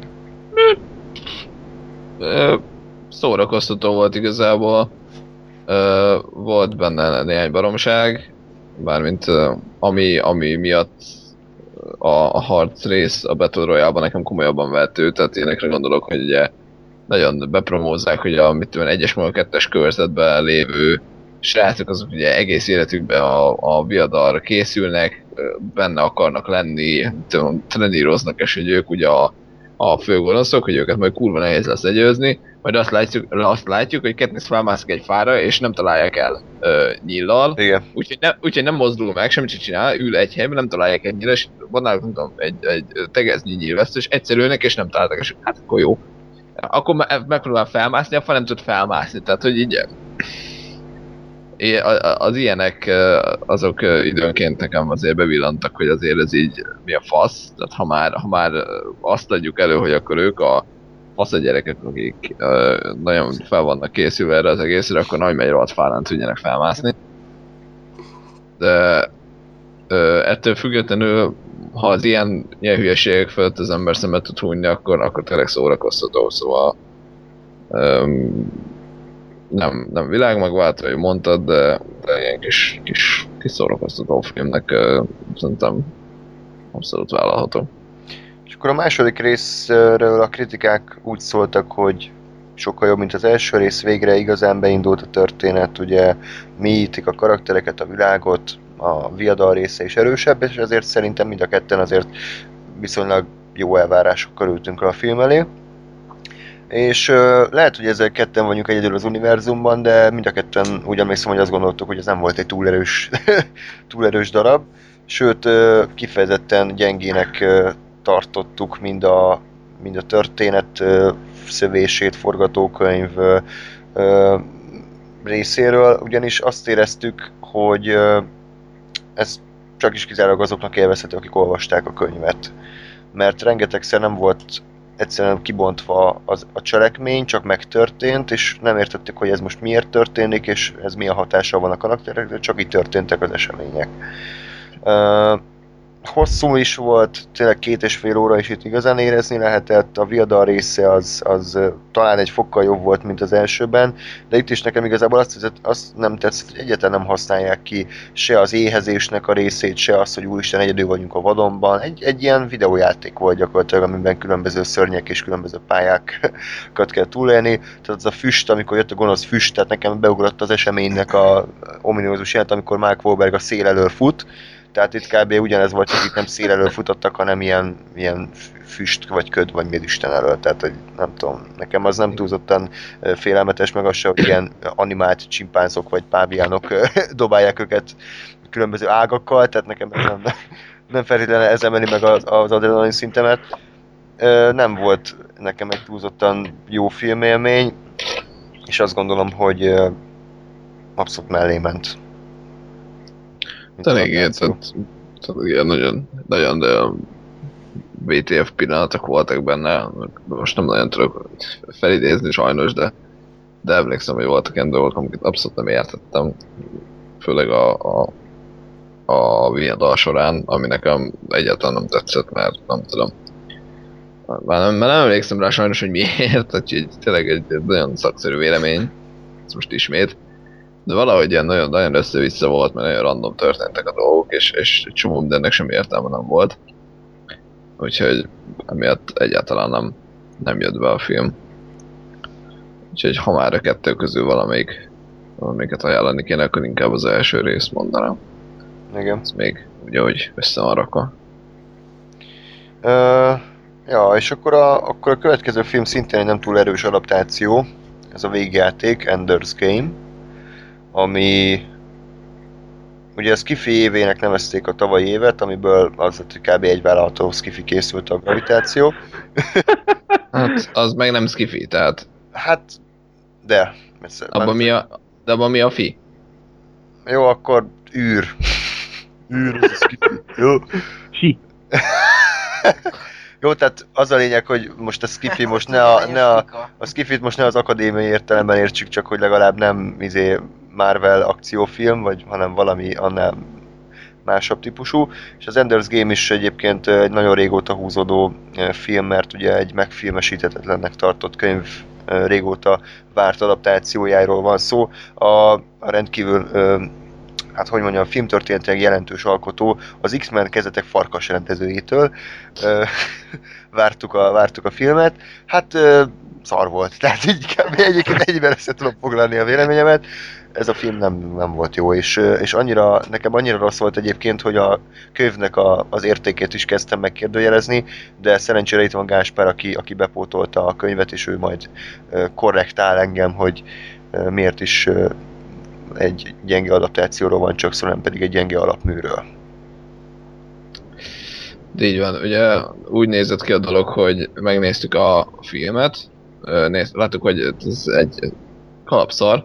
Szórakoztató volt igazából. Volt benne néhány baromság, mármint ami, ami miatt a, a harc rész a Battle Royale-ban nekem komolyabban vehető, tehát énekre gondolok, hogy ugye nagyon bepromózzák, hogy a mit tudom, egyes meg a kettes körzetben lévő srácok azok ugye egész életükben a, a viadalra készülnek, benne akarnak lenni, tudom, treníroznak, és hogy ők ugye a, a főgonoszok, hogy őket majd kurva nehéz lesz legyőzni, majd azt látjuk, azt látjuk hogy Katniss felmászik egy fára, és nem találják el ö, nyíllal. Igen. Úgyhogy, ne, úgyhogy nem mozdul meg, semmit sem csinál, ül egy helyben, nem találják egy nyíl, és van náluk, nem tudom, egy, egy tegeznyi nyílvesztő, és egyszer ülnek, és nem találtak, és hát akkor jó. Akkor me- megpróbál felmászni, a fa nem tud felmászni, tehát hogy így... Az ilyenek azok időnként nekem azért bevillantak, hogy azért ez így mi a fasz, tehát ha már, ha már azt adjuk elő, hogy akkor ők a fasz a gyerekek, akik nagyon fel vannak készülve erre az egészre, akkor nagy megy rohadt fálán tudjanak felmászni. De ettől függetlenül, ha az ilyen, ilyen hülyeségek fölött az ember szemet tud hújni, akkor, akkor tényleg szórakoztató, szóval um, nem, nem világmegváltó, hogy mondtad, de, de ilyen kis, kis, kis szórakoztató filmnek uh, szerintem abszolút vállalható. És akkor a második részről a kritikák úgy szóltak, hogy sokkal jobb, mint az első rész, végre igazán beindult a történet, ugye mélyítik a karaktereket, a világot, a viadal része is erősebb, és ezért szerintem mind a ketten azért viszonylag jó elvárásokkal ültünk rá a film elé. És uh, lehet, hogy ezzel ketten vagyunk egyedül az univerzumban, de mind a ketten úgy emlékszem, hogy azt gondoltuk, hogy ez nem volt egy túl erős, túl erős darab. Sőt, uh, kifejezetten gyengének uh, tartottuk mind a, mind a történet uh, szövését, forgatókönyv uh, uh, részéről, ugyanis azt éreztük, hogy uh, ez csak is kizárólag azoknak élvezhető, akik olvasták a könyvet. Mert rengetegszer nem volt egyszerűen kibontva az, a cselekmény, csak megtörtént, és nem értettük, hogy ez most miért történik, és ez milyen hatással van a karakterekre, csak így történtek az események. Uh, hosszú is volt, tényleg két és fél óra is itt igazán érezni lehetett, a viadal része az, az uh, talán egy fokkal jobb volt, mint az elsőben, de itt is nekem igazából azt, azt nem tetszett, hogy egyáltalán nem használják ki se az éhezésnek a részét, se azt, hogy úristen egyedül vagyunk a vadonban. Egy, egy ilyen videójáték volt gyakorlatilag, amiben különböző szörnyek és különböző pályákat kell túlélni. Tehát az a füst, amikor jött a gonosz füst, tehát nekem beugrott az eseménynek a ominózus jelent, amikor Mark Wahlberg a szél elől fut. Tehát itt kb. Ugyanez volt, csak itt nem szél elől futottak, hanem ilyen, ilyen füst, vagy köd, vagy mi Isten elől. Tehát, hogy nem tudom, nekem az nem túlzottan félelmetes, meg az se, hogy ilyen animált csimpánzok, vagy páviánok dobálják őket különböző ágakkal, tehát nekem ez nem, nem feltétlenül ez emeli meg az, az adrenalin szintemet. Nem volt nekem egy túlzottan jó filmélmény, és azt gondolom, hogy abszolút mellé ment. Talán igen, tehát, tehát igen, nagyon, nagyon de vé té ef pillanatok voltak benne, most nem nagyon tudok felidézni sajnos, de, de emlékszem, hogy voltak ilyen dolgok, amiket abszolút nem értettem, főleg a, a, a viadal során, ami nekem egyáltalán nem tetszett, mert nem tudom. Már nem, már nem emlékszem rá sajnos, hogy miért, tehát tényleg egy, egy nagyon szakszerű vélemény, ez most ismét. De valahogy ilyen nagyon, nagyon össze-vissza volt, mert nagyon random történtek a dolgok, és, és egy csomó mindennek semmi értelme nem volt. Úgyhogy emiatt egyáltalán nem, nem jött be a film. Úgyhogy ha már a kettő közül valamelyik, valamelyiket ajánlani kéne, akkor inkább az első részt mondanám. Igen. Ez még ugye, hogy össze van rakva. Uh, Ja, és akkor a, akkor a következő film szintén egy nem túl erős adaptáció, ez a végjáték, Ender's Game, ami ugye a Skiffy évének nevezték a tavalyi évet, amiből az lett, hogy kb. Egy vállalható Skiffy készült a Gravitáció. Hát, az meg nem skifi, tehát Hát, de. abban mi a, de abban mi a fi? Jó, akkor űr. űr, az a Skiffy. Jó. Si. Jó, tehát az a lényeg, hogy most a Skiffy most ne a, ne a, a Skiffyt most ne az akadémiai értelemben értsük, csak hogy legalább nem izé Marvel akciófilm, vagy hanem valami annál másabb típusú. És az Ender's Game is egyébként egy nagyon régóta húzódó film, mert ugye egy megfilmesíthetetlennek tartott könyv régóta várt adaptációjáról van szó. A, a rendkívül hát hogy mondjam, filmtörténetileg jelentős alkotó az X-Men Kezetek Farkas rendezőjétől vártuk, a, vártuk a filmet. Hát ö, szar volt, tehát így kb. Egyébként egyben össze tudom foglalni a véleményemet. Ez a film nem, nem volt jó, és, és annyira, nekem annyira rossz volt egyébként, hogy a könyvnek a, az értékét is kezdtem megkérdőjelezni, de szerencsére itt van Gáspár, aki, aki bepótolta a könyvet, és ő majd korrektál engem, hogy miért is egy gyenge adaptációról van csak szó, nem pedig egy gyenge alapműről. Így van, ugye úgy nézett ki a dolog, hogy megnéztük a filmet, néz, láttuk, hogy ez egy kalapszar.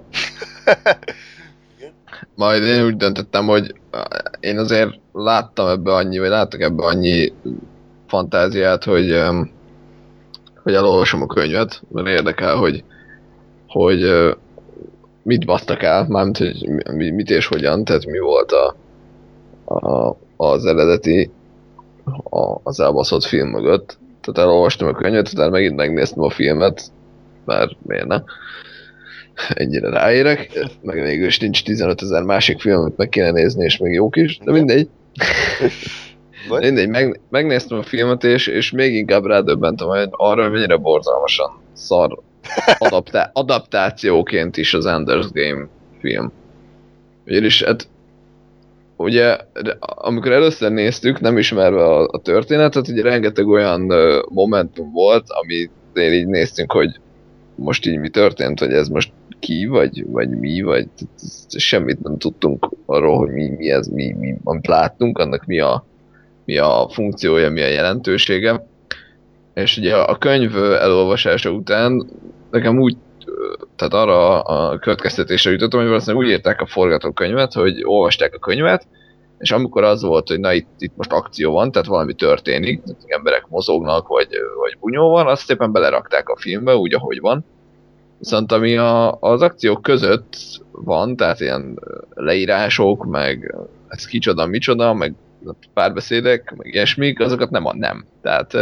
Majd én úgy döntöttem, hogy én azért láttam ebbe annyi, vagy láttak ebbe annyi fantáziát, hogy, hogy elolvasom a könyvet, mert érdekel, hogy, hogy mit basztak el, mármint, hogy mit és hogyan, tehát mi volt a, a, az eredeti a, az elbaszott film mögött. Tehát elolvastam a könyvet, utána megint megnéztem a filmet, mert miért ne? Ennyire ráérek, meg végül is nincs tizenöt ezer másik film, amit meg kéne nézni, és még jók is, de mindegy. Mindegy, meg, megnéztem a filmet, és, és még inkább rádöbbentem hogy arra, hogy mennyire borzalmasan szar adaptá- adaptációként is az Ender's Game film. Ugyanis, hát, ugye, amikor először néztük, nem ismerve a, a történetet, ugye rengeteg olyan uh, momentum volt, amit így néztünk, hogy most így mi történt, hogy ez most ki, vagy, vagy mi, vagy semmit nem tudtunk arról, hogy mi, mi ez, mi, mi, amit láttunk, annak mi a, mi a funkciója, mi a jelentősége. És ugye a könyv elolvasása után nekem úgy, tehát arra a következtetésre jutottam, hogy valószínűleg úgy írták a forgatókönyvet, hogy olvasták a könyvet, és amikor az volt, hogy na itt, itt most akció van, tehát valami történik, tehát emberek mozognak, vagy, vagy bunyó van, azt szépen belerakták a filmbe, úgy ahogy van. Viszont ami a, az akciók között van, tehát ilyen leírások, meg ez kicsoda, micsoda, meg párbeszédek, meg ilyesmik, azokat nem a nem. Tehát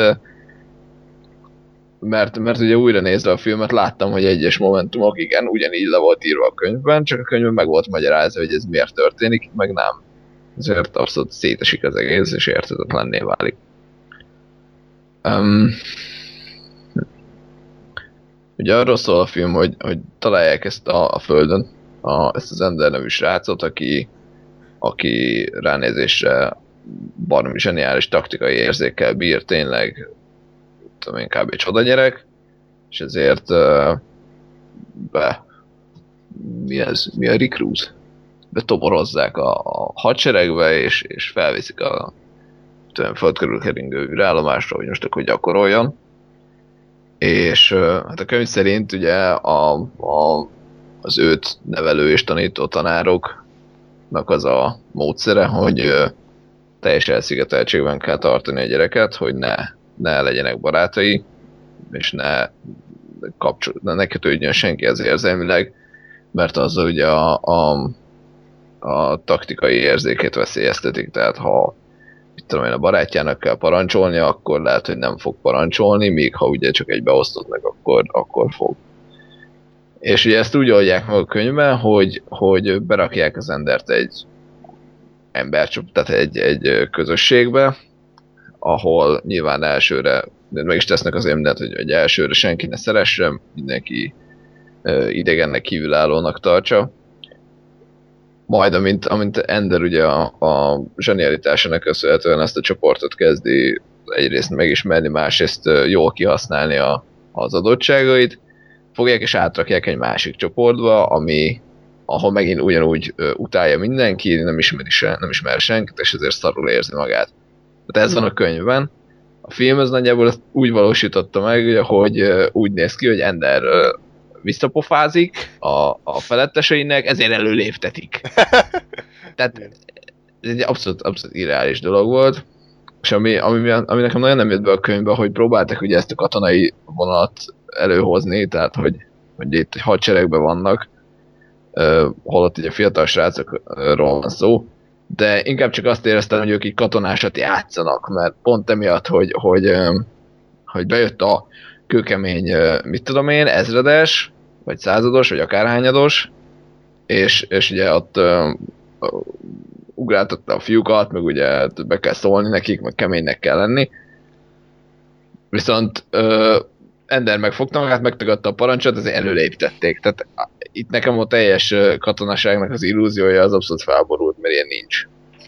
mert, mert ugye újra nézve a filmet láttam, hogy egyes momentumok igen, ugyanígy le volt írva a könyvben, csak a könyvben meg volt magyarázva, hogy ez miért történik, meg nem. Ezért abszolút szétesik az egész, és érthetetlenné válik. Um, ugye arról szól a film, hogy, hogy találják ezt a, a földön, a, ezt az Ender nevű srácot, aki, aki ránézésre baromi zseniális taktikai érzékkel bír, tényleg tudom én, kb. Csoda gyerek, és ezért uh, be, mi ez, mi a recruit? Betoborozzák a, a hadseregbe, és, és felviszik a tudom, föld körül keringő űrállomásra, hogy most akkor gyakoroljon. És uh, hát a könyv szerint ugye a, a, az őt nevelő és tanító tanároknak az a módszere, hogy uh, teljes elszigeteltségben kell tartani a gyereket, hogy ne ne legyenek barátai, és ne, kapcsol, ne kötődjön senki az érzelmileg, mert azzal ugye a, a, a taktikai érzékét veszélyeztetik, tehát ha mit tudom én, a barátjának kell parancsolni, akkor lehet, hogy nem fog parancsolni, míg ha ugye csak egy beosztott meg, akkor, akkor fog. És ugye ezt úgy oldják meg a könyvben, hogy, hogy berakják az Endert egy embercsoport, tehát egy, egy közösségbe, ahol nyilván elsőre, de meg is tesznek azért mindent, hogy, hogy elsőre senki ne szeressen, mindenki uh, idegennek, kívülállónak tartsa. Majd, amint, amint Ender ugye a, a zsenialitásának köszönhetően ezt a csoportot kezdi egyrészt megismerni, másrészt jól kihasználni a, az adottságait, fogják és átrakják egy másik csoportba, ami, ahol megint ugyanúgy uh, utálja mindenki, nem ismeri se, nem ismer senkit, és ezért szarul érzi magát. Tehát ez van a könyvben. A film ez nagyjából ezt úgy valósította meg, hogy uh, úgy néz ki, hogy Ender uh, visszapofázik a, a feletteseinek, ezért előléptetik. Tehát ez egy abszolút, abszolút irreális dolog volt. És ami, ami, ami nekem nagyon nem jött be a könyvbe, hogy próbáltak ugye ezt a katonai vonalat előhozni, tehát hogy, hogy itt egy hadseregben vannak, uh, holott ugye fiatal srácokról van szó, de inkább csak azt éreztem, hogy ők így katonásat játszanak, mert pont emiatt, hogy, hogy, um, hogy bejött a kőkemény, uh, mit tudom én, ezredes, vagy százados, vagy akárhányados, és, és ugye ott uh, uh, ugráltatta a fiúkat, meg ugye be kell szólni nekik, meg keménynek kell lenni. Viszont uh, Ender megfogta magát, megtagadta a parancsot, ezért előléptették. Tehát itt nekem a teljes katonaságnak az illúziója az abszolút felborult, mert ilyen nincs.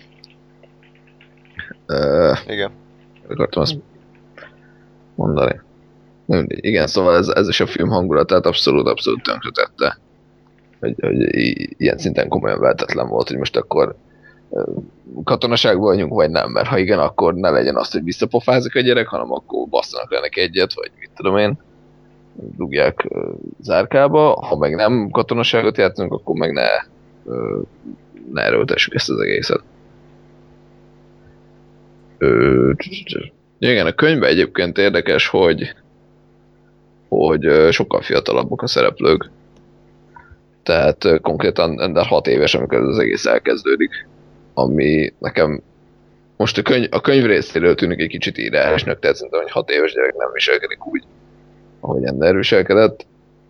Uh, Igen. Akartam azt mondani. Mindegy. Igen, szóval ez, ez is a film hangulatát abszolút, abszolút tönkretette. Hogy, hogy ilyen szinten komolyan vehetetlen volt, hogy most akkor katonaságban vagyunk, vagy nem, mert ha igen, akkor ne legyen azt, hogy visszapofázik a gyerek, hanem akkor basszanak le neki egyet, vagy mit tudom én, dugják uh, zárkába, ha meg nem katonaságot játszunk, akkor meg ne, uh, ne erőltessük ezt az egészet. Uh, igen, a könyvben egyébként érdekes, hogy, hogy uh, sokkal fiatalabbak a szereplők. Tehát uh, konkrétan Ender hat éves, amikor ez az egész elkezdődik. Ami nekem most a könyv, a könyv részéről tűnik egy kicsit írásnak, tehát szerintem, hogy hat éves gyerek nem viselkedik úgy, ahogy Ender viselkedett.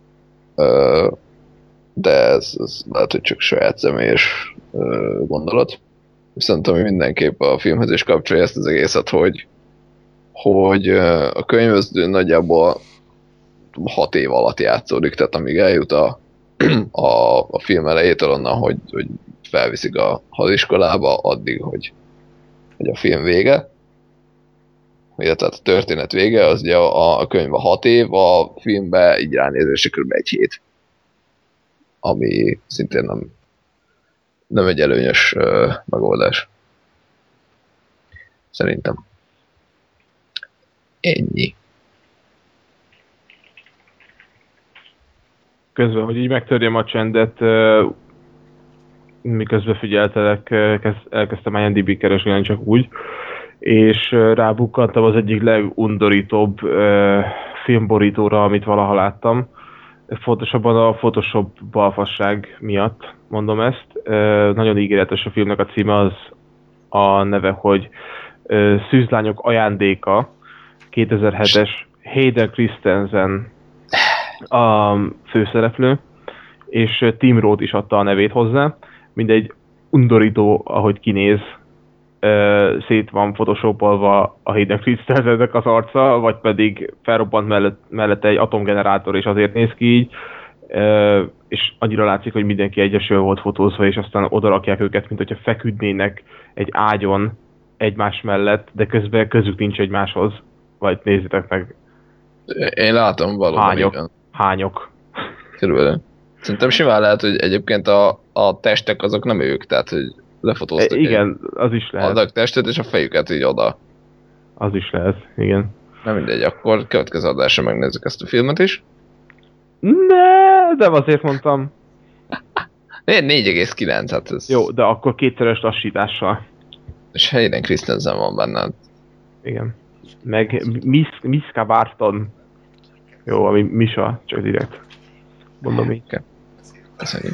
De ez, ez lehet, hogy csak saját személyes gondolat. Viszont ami mindenképp a filmhez is kapcsolja ezt az egészet, hogy, hogy a könyv az nagyjából hat év alatt játszódik, tehát amíg eljut a, a, a film elejétől onnan, hogy, hogy felviszik a hadiskolába, addig, hogy, hogy a film vége. Illetve a történet vége, az ugye a, a könyv a hat év, a filmben így ránézésre kb. Egy hét. Ami szintén nem, nem egy előnyös uh, megoldás. Szerintem. Ennyi. Közben, hogy így megtörjem a csendet, uh, miközben figyeltelek, kezd, elkezdtem I M D B keresgélni csak úgy, és rábukkantam az egyik legundorítóbb uh, filmborítóra, amit valaha láttam. Fontosabban a Photoshop balfasság miatt mondom ezt. Uh, nagyon ígéretes a filmnek a címe, az a neve, hogy uh, Szűzlányok ajándéka, kétezer-hetes Hayden Christensen a főszereplő, és Tim Roth is adta a nevét hozzá. Mindegy undorító, ahogy kinéz, uh, szét van photoshopolva a Hayden Christensennek az arca, vagy pedig felrobbant mellett, mellette egy atomgenerátor, és azért néz ki így, uh, és annyira látszik, hogy mindenki egyesül volt fotózva, és aztán odarakják őket, mint hogyha feküdnének egy ágyon egymás mellett, de közben közük nincs egymáshoz. Vagy nézzétek meg. Én látom valóban. Hányok. Igen. Hányok. Körülbelül. Szerintem simán lehet, hogy egyébként a, a testek azok nem ők, tehát hogy lefotóztak E, igen, az is lehet. adag testet, és a fejüket így oda. Az is lehet, igen. Nem mindegy, akkor következő adásra megnézzük ezt a filmet is. Ne, de azért mondtam. négy egész kilenc, hát ez... Jó, de akkor kétszeres lassítással. És Hayden Christensen van benne. Igen. Meg Mis- Miska Barton. Jó, ami Misa, csak direkt. Mondom így. Köszönjük.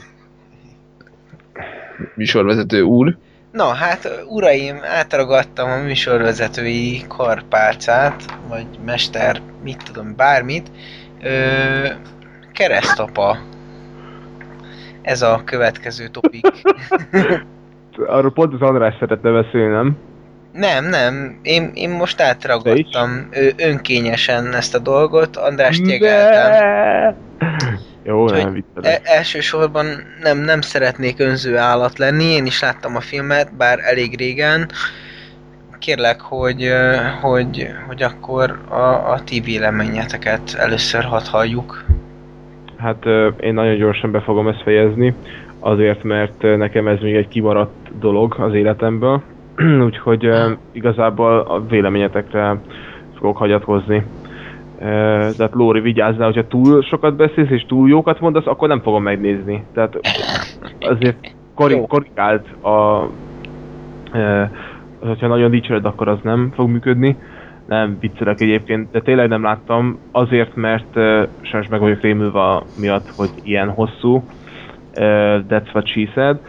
Műsorvezető úr. Na hát, uraim, átragadtam a műsorvezetői karpálcát, vagy mester, mit tudom, bármit. Ö, keresztapa. Ez a következő topik. Arról pont az András szeretne beszélni, nem? Nem, nem, én, én most átragadtam ö, önkényesen ezt a dolgot, Andrást jegeltem. Jó, Úgyhogy nem viccelek. e- elsősorban nem, nem szeretnék önző állat lenni, én is láttam a filmet, bár elég régen. kérlek, hogy, ö, hogy, hogy akkor a, a ti véleményeteket először hadd halljuk. Hát ö, én nagyon gyorsan be fogom ezt fejezni, azért mert ö, nekem ez még egy kimaradt dolog az életemből, úgyhogy ö, igazából a véleményetekre fogok hagyatkozni. Ö, tehát Lóri, vigyázzál, hogyha túl sokat beszélsz és túl jókat mondasz, akkor nem fogom megnézni. Tehát azért korri- korrigált a... Ö, hogyha nagyon dicséred, akkor az nem fog működni. Nem viccelek egyébként, de tényleg nem láttam, azért, mert uh, sajnos meg vagyok rémülve miatt, hogy ilyen hosszú. Uh, that's what she said.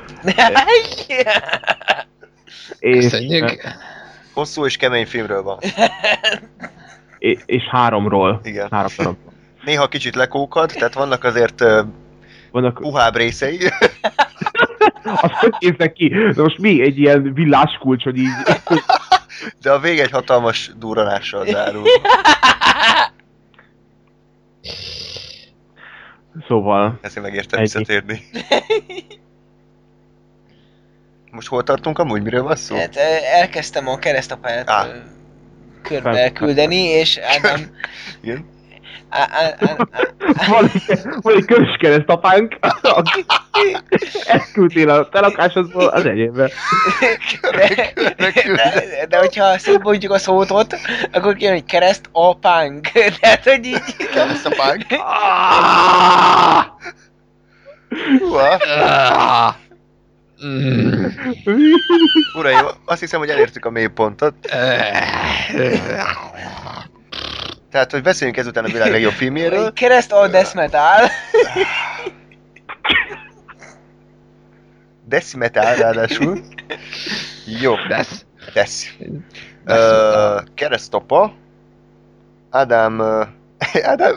és, Köszönjük. Hosszú és kemény filmről van. és, és háromról. Igen. Három darab. Néha kicsit lekókad, tehát vannak azért uh, Vannak... puhább részei. Az hogy néznek ki? De most mi? Egy ilyen villáskulcs, hogy így... De a vég egy hatalmas durranással zárul. Szóval... Ezért megértem Ennyi. visszatérni. Most hol tartunk amúgy? Miről van szó? Hát, ö, elkezdtem a keresztapályát Á. ö, körbe küldeni, és Ádám... Igen? Á- á- á- á- Van egy, van egy közös keresztapánk, aki elküldtél a te lakásodból az enyémbe. De, de, de hogyha szétbontjuk a szót ott, akkor kijön, hogy kereszt apánk. Tehát, hogy így... Keresztapánk. Mm. Uraim, azt hiszem, hogy elértük a mélypontot. Tehát, hogy beszéljünk ezután a világ legjobb filmjéről. Kereszt a death metal. Decimetal ráadásul. Jó. Desz. Desz. Uh, keresztapa. Ádám... Uh, Ádám...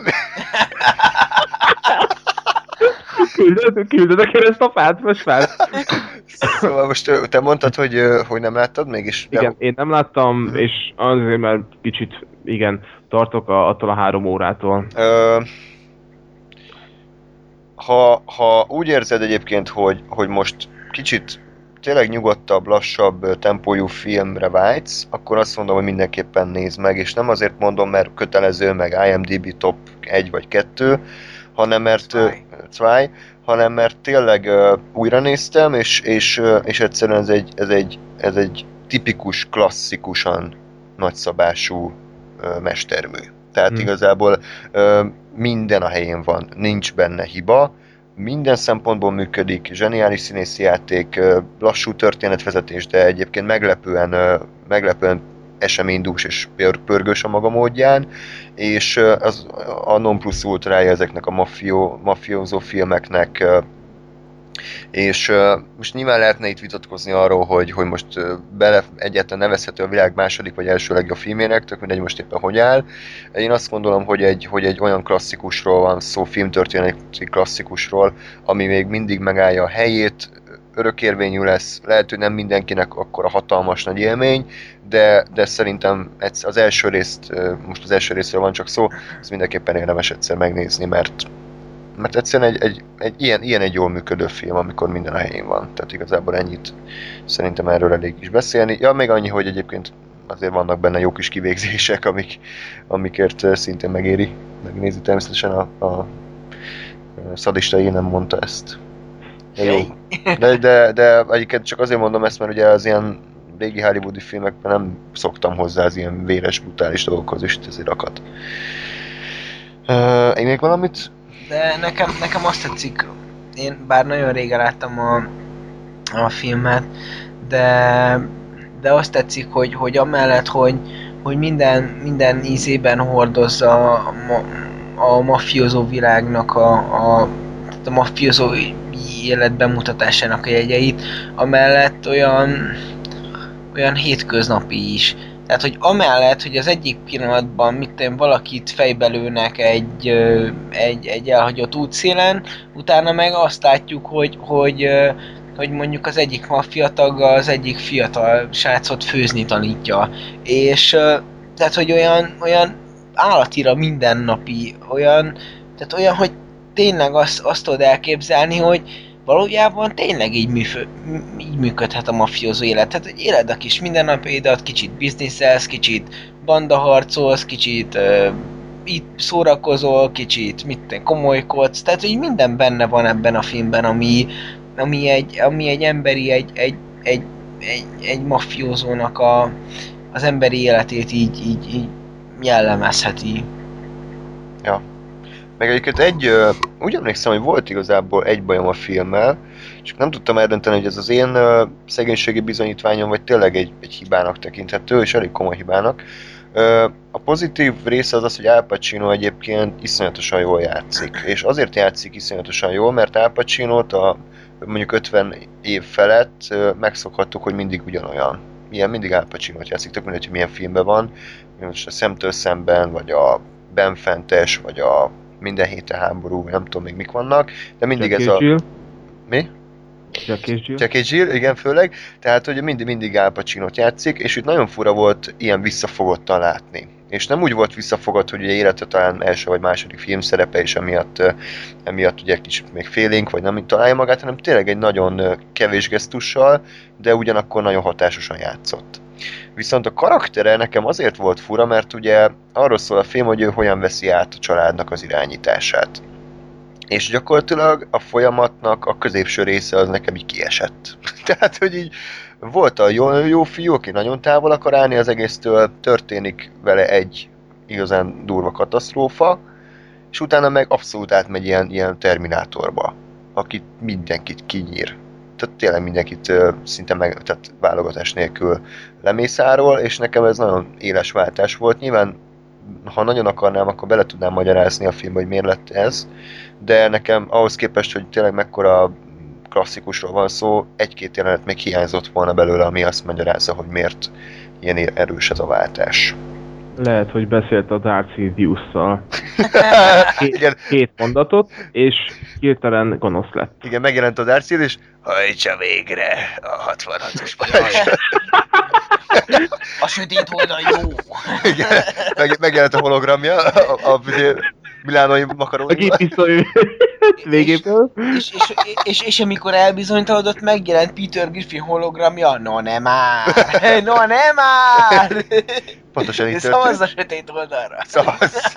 Küldöd, küldöd a keresztapát, most már. Szóval most ö, te mondtad, hogy, ö, hogy nem láttad mégis? Igen, én nem láttam, és azért már kicsit, igen, tartok a, attól a három órától. Ö, ha, ha úgy érzed egyébként, hogy, hogy most kicsit tényleg nyugodtabb, lassabb ö, tempójú filmre vágysz, akkor azt mondom, hogy mindenképpen nézd meg, és nem azért mondom, mert kötelező, meg IMDb top egy vagy kettő, hanem mert... ö, Zwei, hanem mert tényleg uh, újra néztem, és, és, uh, és egyszerűen ez egy, ez, egy, ez egy tipikus, klasszikusan nagyszabású uh, mestermű. Tehát Hmm. igazából uh, minden a helyén van, nincs benne hiba, minden szempontból működik, zseniális színészi játék, uh, lassú történetvezetés, de egyébként meglepően, uh, meglepően eseménydús és pör- pörgős a maga módján, és uh, az a non plus ultrája ezeknek a mafió, mafiózó filmeknek, uh, és uh, most nyilván lehetne itt vitatkozni arról, hogy, hogy most uh, bele egyáltalán nevezhető a világ második vagy első legjobb filmének, tök mindegy most éppen hogy áll. Én azt gondolom, hogy egy, hogy egy olyan klasszikusról van szó, filmtörténeti klasszikusról, ami még mindig megállja a helyét, örökérvényű lesz, lehet, hogy nem mindenkinek akkora hatalmas nagy élmény, de, de szerintem az első részt, most az első részről van csak szó, ez mindenképpen érdemes egyszer megnézni, mert, mert egyszerűen egy, egy, egy ilyen, ilyen egy jól működő film, amikor minden a helyén van. Tehát igazából ennyit szerintem erről elég is beszélni. Ja, még annyi, hogy egyébként azért vannak benne jó kis kivégzések, amik, amikért szintén megéri megnézni. Természetesen a, a szadista én nem mondta ezt. De jó. De, de, de egyébként csak azért mondom ezt, mert ugye az ilyen régi hollywoodi filmekben nem szoktam hozzá az ilyen véres, brutális dolgokhoz, és ezért akad. Uh, én még valamit? De nekem, nekem azt tetszik, én bár nagyon régen láttam a, a filmet, de, de azt tetszik, hogy, hogy amellett, hogy, hogy minden, minden ízében hordozza a, a mafiózó világnak a, a, a mafiózó élet bemutatásának a jegyeit, amellett olyan, olyan hétköznapi is. Tehát, hogy amellett, hogy az egyik pillanatban mit tudom, valakit fejbelőnek egy, egy, egy elhagyott útszélen, utána meg azt látjuk, hogy, hogy, hogy mondjuk az egyik maffia tagga az egyik fiatal srácot főzni tanítja. És tehát, hogy olyan, olyan állatira mindennapi, olyan, tehát olyan, hogy tényleg azt, azt tudod elképzelni, hogy valójában tényleg így, műfő, így működhet a mafiózó élet. Tehát, hogy éled a kis mindennapjaidat, kicsit bizniszelsz, kicsit bandaharcolsz, kicsit uh, itt szórakozol, kicsit mit komolykodsz, tehát hogy minden benne van ebben a filmben, ami, ami, egy, ami egy emberi, egy, egy, egy, egy, egy mafiózónak a, az emberi életét így, így, így jellemezheti. Ja. Meg egyébként egy, uh, úgy emlékszem, hogy volt igazából egy bajom a filmmel, csak nem tudtam eldönteni, hogy ez az én uh, szegénységi bizonyítványom, vagy tényleg egy, egy hibának tekinthető, és elég komoly hibának. Uh, a pozitív része az az, hogy Al Pacino egyébként iszonyatosan jól játszik. És azért játszik iszonyatosan jól, mert Al Pacinót a mondjuk ötven év felett uh, megszokhattuk, hogy mindig ugyanolyan. Ilyen mindig Al Pacinót játszik, tök mindegy, hogy milyen filmben van. Most a Szemtől szemben, vagy a Benfentes, vagy a Minden héten háború, nem tudom még mik vannak, de mindig Jack ez a... Jill. Mi? Jack és Jill. Jack és Jill, igen, főleg. Tehát, hogy mindig, mindig Al Pacinót játszik, és itt nagyon fura volt ilyen visszafogottan látni. És nem úgy volt visszafogott, hogy ugye élete talán első vagy második film szerepe, és emiatt, emiatt ugye kicsit még félénk, vagy nem találja magát, hanem tényleg egy nagyon kevés gesztussal, de ugyanakkor nagyon hatásosan játszott. Viszont a karaktere nekem azért volt fura, mert ugye arról szól a film, hogy ő hogyan veszi át a családnak az irányítását. És gyakorlatilag a folyamatnak a középső része az nekem így kiesett. Tehát, hogy így volt a jó, jó fiú, aki nagyon távol akar állni az egésztől, történik vele egy igazán durva katasztrófa, és utána meg abszolút átmegy ilyen, ilyen Terminátorba, aki mindenkit kinyír. Tehát tényleg mindenkit uh, szinte meg, tehát válogatás nélkül lemészárol, és nekem ez nagyon éles váltás volt. Nyilván, ha nagyon akarnám, akkor bele tudnám magyarázni a filmbe, hogy miért lett ez, de nekem ahhoz képest, hogy tényleg mekkora klasszikusról van szó, egy-két jelenet még hiányzott volna belőle, ami azt magyarázza, hogy miért ilyen erős ez a váltás. Lehet, hogy beszélt a Darth Sidious-szal. Két, Igen. két mondatot, és hirtelen gonosz lett. Igen, megjelent a Darth Sidious, és hajtsa végre a hatvanhatos parancs. A sötét oldal jó! Igen, meg, megjelent a hologramja a, a, a milánói A makarónival. gépisztoly végéből. És, és, és, és amikor elbizonytalanodott, megjelent Peter Griffin hologramja, no nem már! No nem már! Pontosan így történt. Szavazz a sötét oldalra! Szavazz!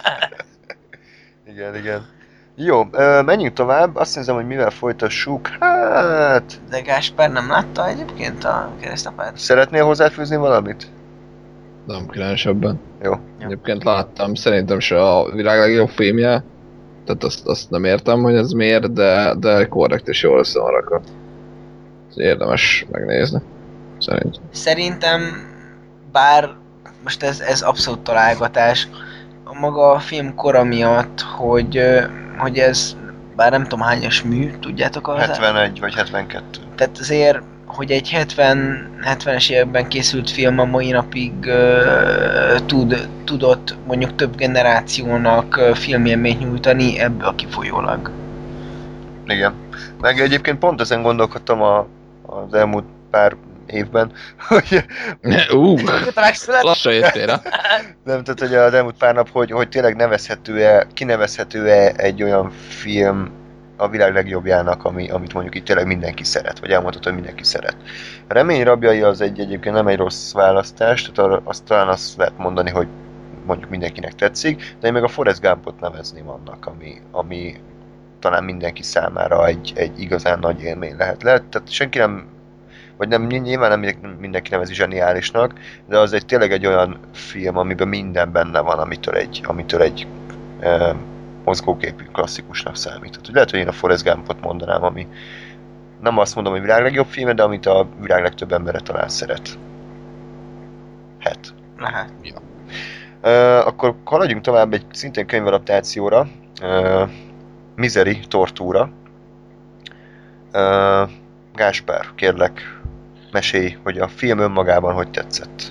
Igen, igen. Jó, menjünk tovább. Azt nézem, hogy mivel folytassuk. Hát... De Gáspár nem látta egyébként a keresztapát? Szeretnél hozzáfűzni valamit? Nem különösebben. Jó. Egyébként láttam, szerintem se a világ legjobb filmje. Tehát azt, azt nem értem, hogy ez miért, de, de korrekt és jól össze van rakva. Érdemes megnézni. Szerintem. Szerintem, bár most ez, ez abszolút találgatás, a maga a film kora miatt, hogy, hogy ez, bár nem tudom hányas mű, tudjátok az? hetvenegy vagy hetvenkettő. Tehát azért, hogy egy hetven, hetvenes években készült film a mai napig uh, tud, tudott mondjuk több generációnak uh, filmélményt nyújtani ebből kifolyólag. Igen. Meg egyébként pont ezen gondolkodtam a, az elmúlt pár évben, hogy... Ú, lassan jöttél rá. Nem, tehát hogy az elmúlt pár nap, hogy, hogy tényleg nevezhető-e, kinevezhető-e egy olyan film a világ legjobbjának, ami, amit mondjuk itt tényleg mindenki szeret, vagy elmondható, hogy mindenki szeret. A Remény rabjai az egy egyébként nem egy rossz választás, tehát azt talán azt lehet mondani, hogy mondjuk mindenkinek tetszik, de én meg a Forrest Gumpot nevezném annak, ami, ami talán mindenki számára egy, egy igazán nagy élmény lehet. lehet. Tehát senki nem, vagy nem, nyilván nem mindenki nevezi zseniálisnak, de az egy tényleg egy olyan film, amiben minden benne van, amitől egy, amitől egy e, mozgóképű klasszikusnak számít. Tehát, lehet, hogy én a Forrest Gumpot mondanám, ami nem azt mondom, hogy világ legjobb filme, de amit a világ legtöbb embere talán szeret. Hát. Lehet. Ja. Uh, akkor haladjunk tovább egy szintén könyvadaptációra. Uh, Misery, Tortúra. Uh, Gáspár, kérlek, mesélj, hogy a film önmagában hogy tetszett.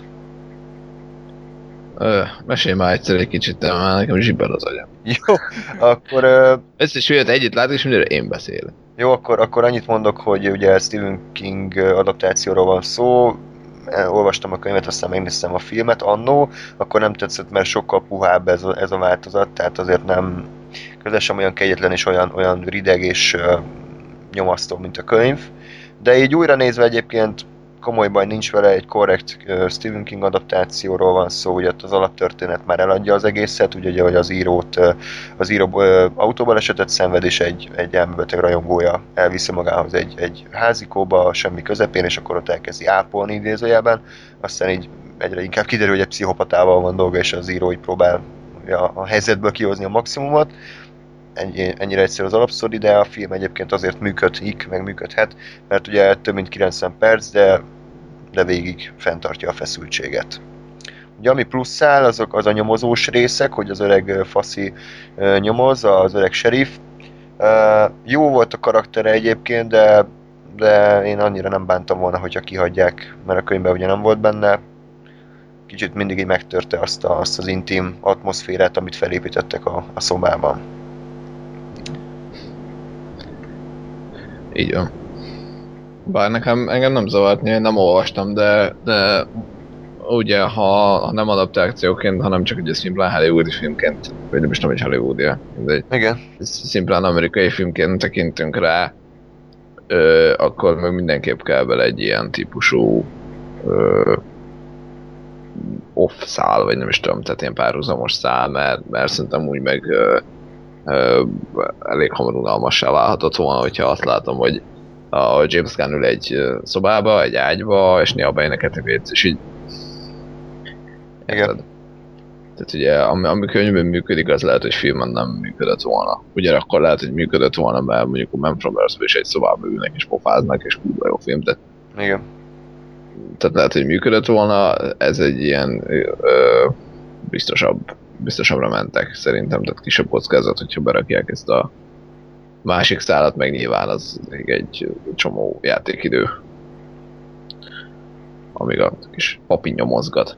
Ö, mesélj már egyszer egy kicsit, de már nekem zsibbel az agyam. Jó, akkor... Uh, Ezt is olyat együtt látok, és mindenre én beszélek. Jó, akkor, akkor annyit mondok, hogy ugye Stephen King adaptációról van szó. Olvastam a könyvet, aztán megnéztem a filmet annó, akkor nem tetszett, mert sokkal puhább ez a, ez a változat, tehát azért nem közel sem olyan kegyetlen és olyan, olyan rideg és uh, nyomasztó, mint a könyv. De így újra nézve egyébként komoly baj nincs vele, egy korrekt uh, Stephen King adaptációról van szó, ugye az alaptörténet már eladja az egészet, ugye hogy az írót, uh, az író uh, autóbalesetet szenved, és egy, egy elmebeteg rajongója elviszi magához egy, egy házikóba, semmi közepén, és akkor ott elkezdi ápolni idézőjelben, aztán így egyre inkább kiderül, hogy egy pszichopatával van dolga, és az író így próbál a, a helyzetből kihozni a maximumot. Ennyi, ennyire egyszerű az alapsztori, de a film egyébként azért működik, meg működhet, mert ugye több mint kilencven perc, de, de végig fenntartja a feszültséget. Ugye ami pluszál, azok az a nyomozós részek, hogy az öreg faszi nyomoz, az öreg sheriff. Jó volt a karaktere egyébként, de, de én annyira nem bántam volna, hogyha kihagyják, mert a könyvben ugye nem volt benne. Kicsit mindig így megtörte azt, a, azt az intim atmoszférát, amit felépítettek a, a szobában. Így van. Bár nekem, engem nem zavart, én nem olvastam, de, de ugye, ha, ha nem adaptációként, hanem csak egy szimplán hollywoodi filmként, vagy nem is tudom, hogy hollywoodi, de igen, szimplán amerikai filmként tekintünk rá, ö, akkor meg mindenképp kell bele egy ilyen típusú ö, off szál, vagy nem is tudom, tehát ilyen párhuzamos szál, mert, mert szerintem úgy meg ö, ö, elég hamar unalmassá válhatott volna, hogyha azt látom, hogy a James Gunn ül egy szobába, egy ágyba, és néha beéneket a vécz, és így... Igen. Tehát ugye, ami, ami könyvben működik, az lehet, hogy filmen nem működött volna. Ugyanakkor lehet, hogy működött volna, mert mondjuk a Man from Earth is egy szobába ülnek és pofáznak, és kurva jó film, de... Igen. Tehát lehet, hogy működött volna, ez egy ilyen ö, biztosabb, biztosabbra mentek szerintem, tehát kisebb kockázat, hogyha berakják ezt a másik szálat, meg nyilván az még egy csomó játékidő, amíg a kis papi nyomozgat.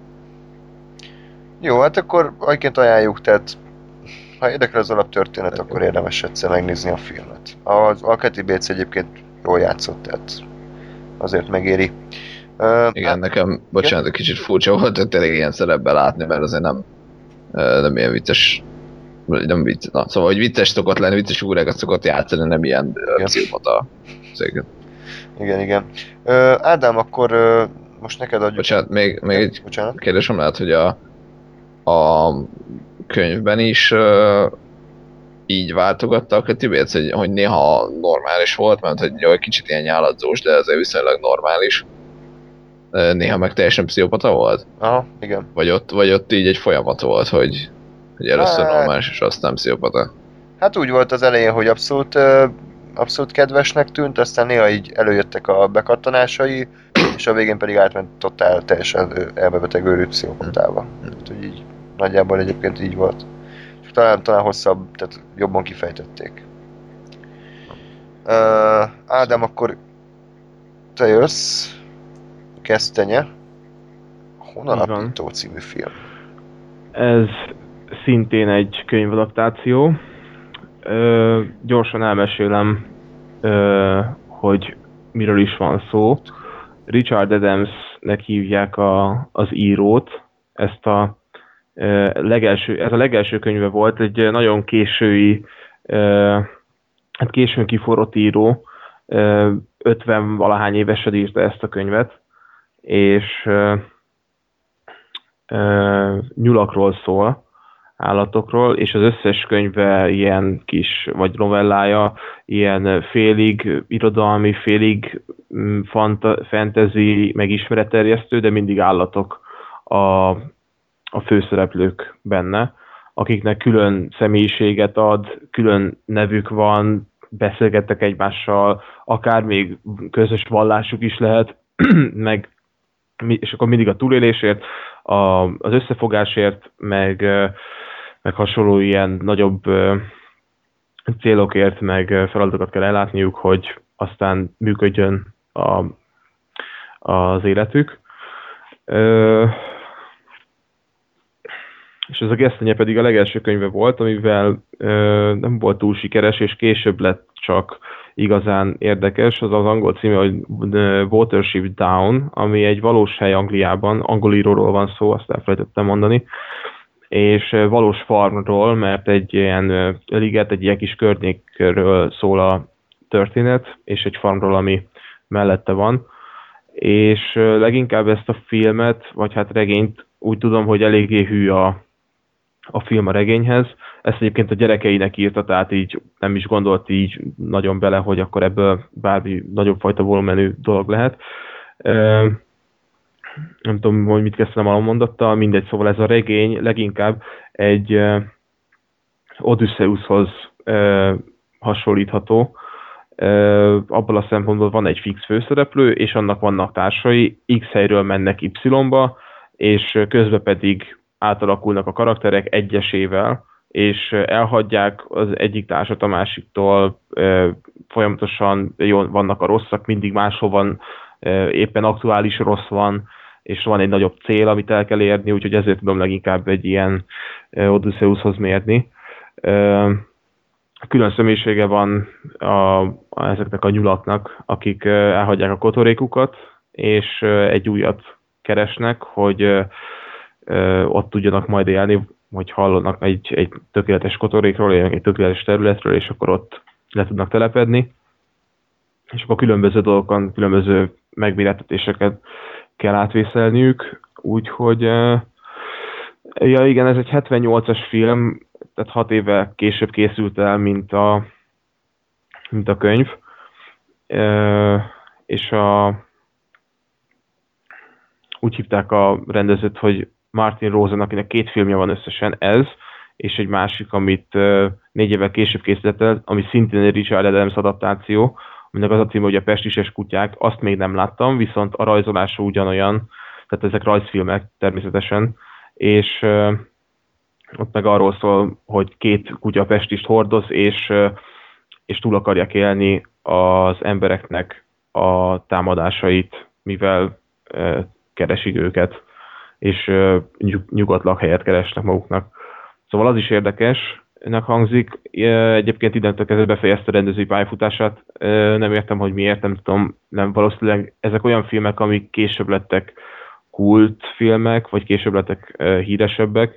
Jó, hát akkor egyébként ajánljuk, tehát ha érdekel az alaptörténet, akkor érdemes egyszer megnézni a filmet. Az Alkati Bates egyébként jól játszott, tehát azért megéri. Uh, igen, hát, nekem, bocsánat, egy kicsit furcsa volt, hogy tényleg ilyen szerepben látni, mert azért nem, nem ilyen vicces, nem vicc, na, szóval, hogy vicces szokott lenni, vicces úrákat szokott játszani, nem ilyen pszichopata széket. Igen, igen. Uh, Ádám, akkor uh, most neked adjuk... Bocsánat, még, még egy Bocsánat. kérdésem lehet, hogy a, a könyvben is uh, így váltogatta a Bates, hogy, hogy néha normális volt, mert hogy jó, egy kicsit ilyen nyáladzós, de azért viszonylag normális. Néha meg teljesen pszichopata volt? Aha, igen. Vagy ott, vagy ott így egy folyamat volt, hogy, hogy először hát, normális, és aztán pszichopata? Hát úgy volt az elején, hogy abszolút, abszolút kedvesnek tűnt, aztán néha így előjöttek a bekattanásai, és a végén pedig átment totál teljesen elmebeteg őrült pszichopatába. Tehát, hogy így nagyjából egyébként így volt. És talán, talán hosszabb, tehát jobban kifejtették. Uh, Ádám, akkor te jössz. Kesztenye. Honalapító című film. Ez szintén egy könyvadaptáció. Ö, gyorsan elmesélem, ö, hogy miről is van szó. Richard Adamsnek hívják a, az írót. Ezt a ö, legelső, ez a legelső könyve volt, egy nagyon késői, ö, hát későn kiforrott író. ötven-valahány évesen írta ezt a könyvet, és ö, ö, nyulakról szól, állatokról, és az összes könyve ilyen kis, vagy novellája, ilyen félig irodalmi, félig fanta- fantasy, meg ismeretterjesztő, de mindig állatok a, a főszereplők benne, akiknek külön személyiséget ad, külön nevük van, beszélgettek egymással, akár még közös vallásuk is lehet, meg, és akkor mindig a túlélésért, a, az összefogásért, meg, meg hasonló ilyen nagyobb célokért, meg feladatokat kell ellátniuk, hogy aztán működjön a, az életük. És ez a Gesztenye pedig a legelső könyve volt, amivel ö, nem volt túl sikeres, és később lett csak igazán érdekes. Az az angol címe, hogy Watership Down, ami egy valós hely Angliában, angol íróról van szó, azt elfelejtettem mondani, és valós farmról, mert egy ilyen liget, egy ilyen kis környékről szól a történet, és egy farmról, ami mellette van. És leginkább ezt a filmet, vagy hát regényt úgy tudom, hogy eléggé hű a, a film a regényhez. Ezt egyébként a gyerekeinek írta, tehát így nem is gondolt így nagyon bele, hogy akkor ebből bármi nagyobb fajta volumenű dolog lehet. Nem tudom, hogy mit kezdtem a mondattal, mindegy, szóval ez a regény leginkább egy Odysseushoz hasonlítható. Abban a szempontból van egy fix főszereplő, és annak vannak társai, X helyről mennek Y-ba, és közben pedig átalakulnak a karakterek egyesével, és elhagyják az egyik társat a másiktól, folyamatosan jó, vannak a rosszak, mindig máshol van, éppen aktuális rossz van, és van egy nagyobb cél, amit el kell érni, úgyhogy ezért tudom leginkább egy ilyen Odysseushoz mérni. Külön személyisége van a, a, ezeknek a nyulaknak, akik elhagyják a kotorékukat, és egy újat keresnek, hogy ott tudjanak majd élni, hogy hallanak egy, egy tökéletes kotorékról, egy tökéletes területről, és akkor ott le tudnak telepedni. És akkor különböző dolgokon, különböző megmérettetéseket kell átvészelniük, úgyhogy ja igen, ez egy hetvennyolcas film, tehát hat éve később készült el, mint a, mint a könyv. És a, úgy hívták a rendezőt, hogy Martin Rosen, akinek két filmje van összesen, ez, és egy másik, amit négy évvel később készített el, ami szintén egy Richard Adams adaptáció, aminek az a címe, hogy a Pestises kutyák, azt még nem láttam, viszont a rajzolása ugyanolyan, tehát ezek rajzfilmek természetesen, és ott meg arról szól, hogy két kutya pestist hordoz, és, és túl akarják élni az embereknek a támadásait, mivel keresik őket, és nyugodt lakhelyet keresnek maguknak. Szóval az is érdekesnek hangzik. Egyébként innentől kezdve befejezte a rendezői pályafutását. Nem értem, hogy miért, nem tudom, nem valószínűleg ezek olyan filmek, amik később lettek kultfilmek, vagy később lettek híresebbek.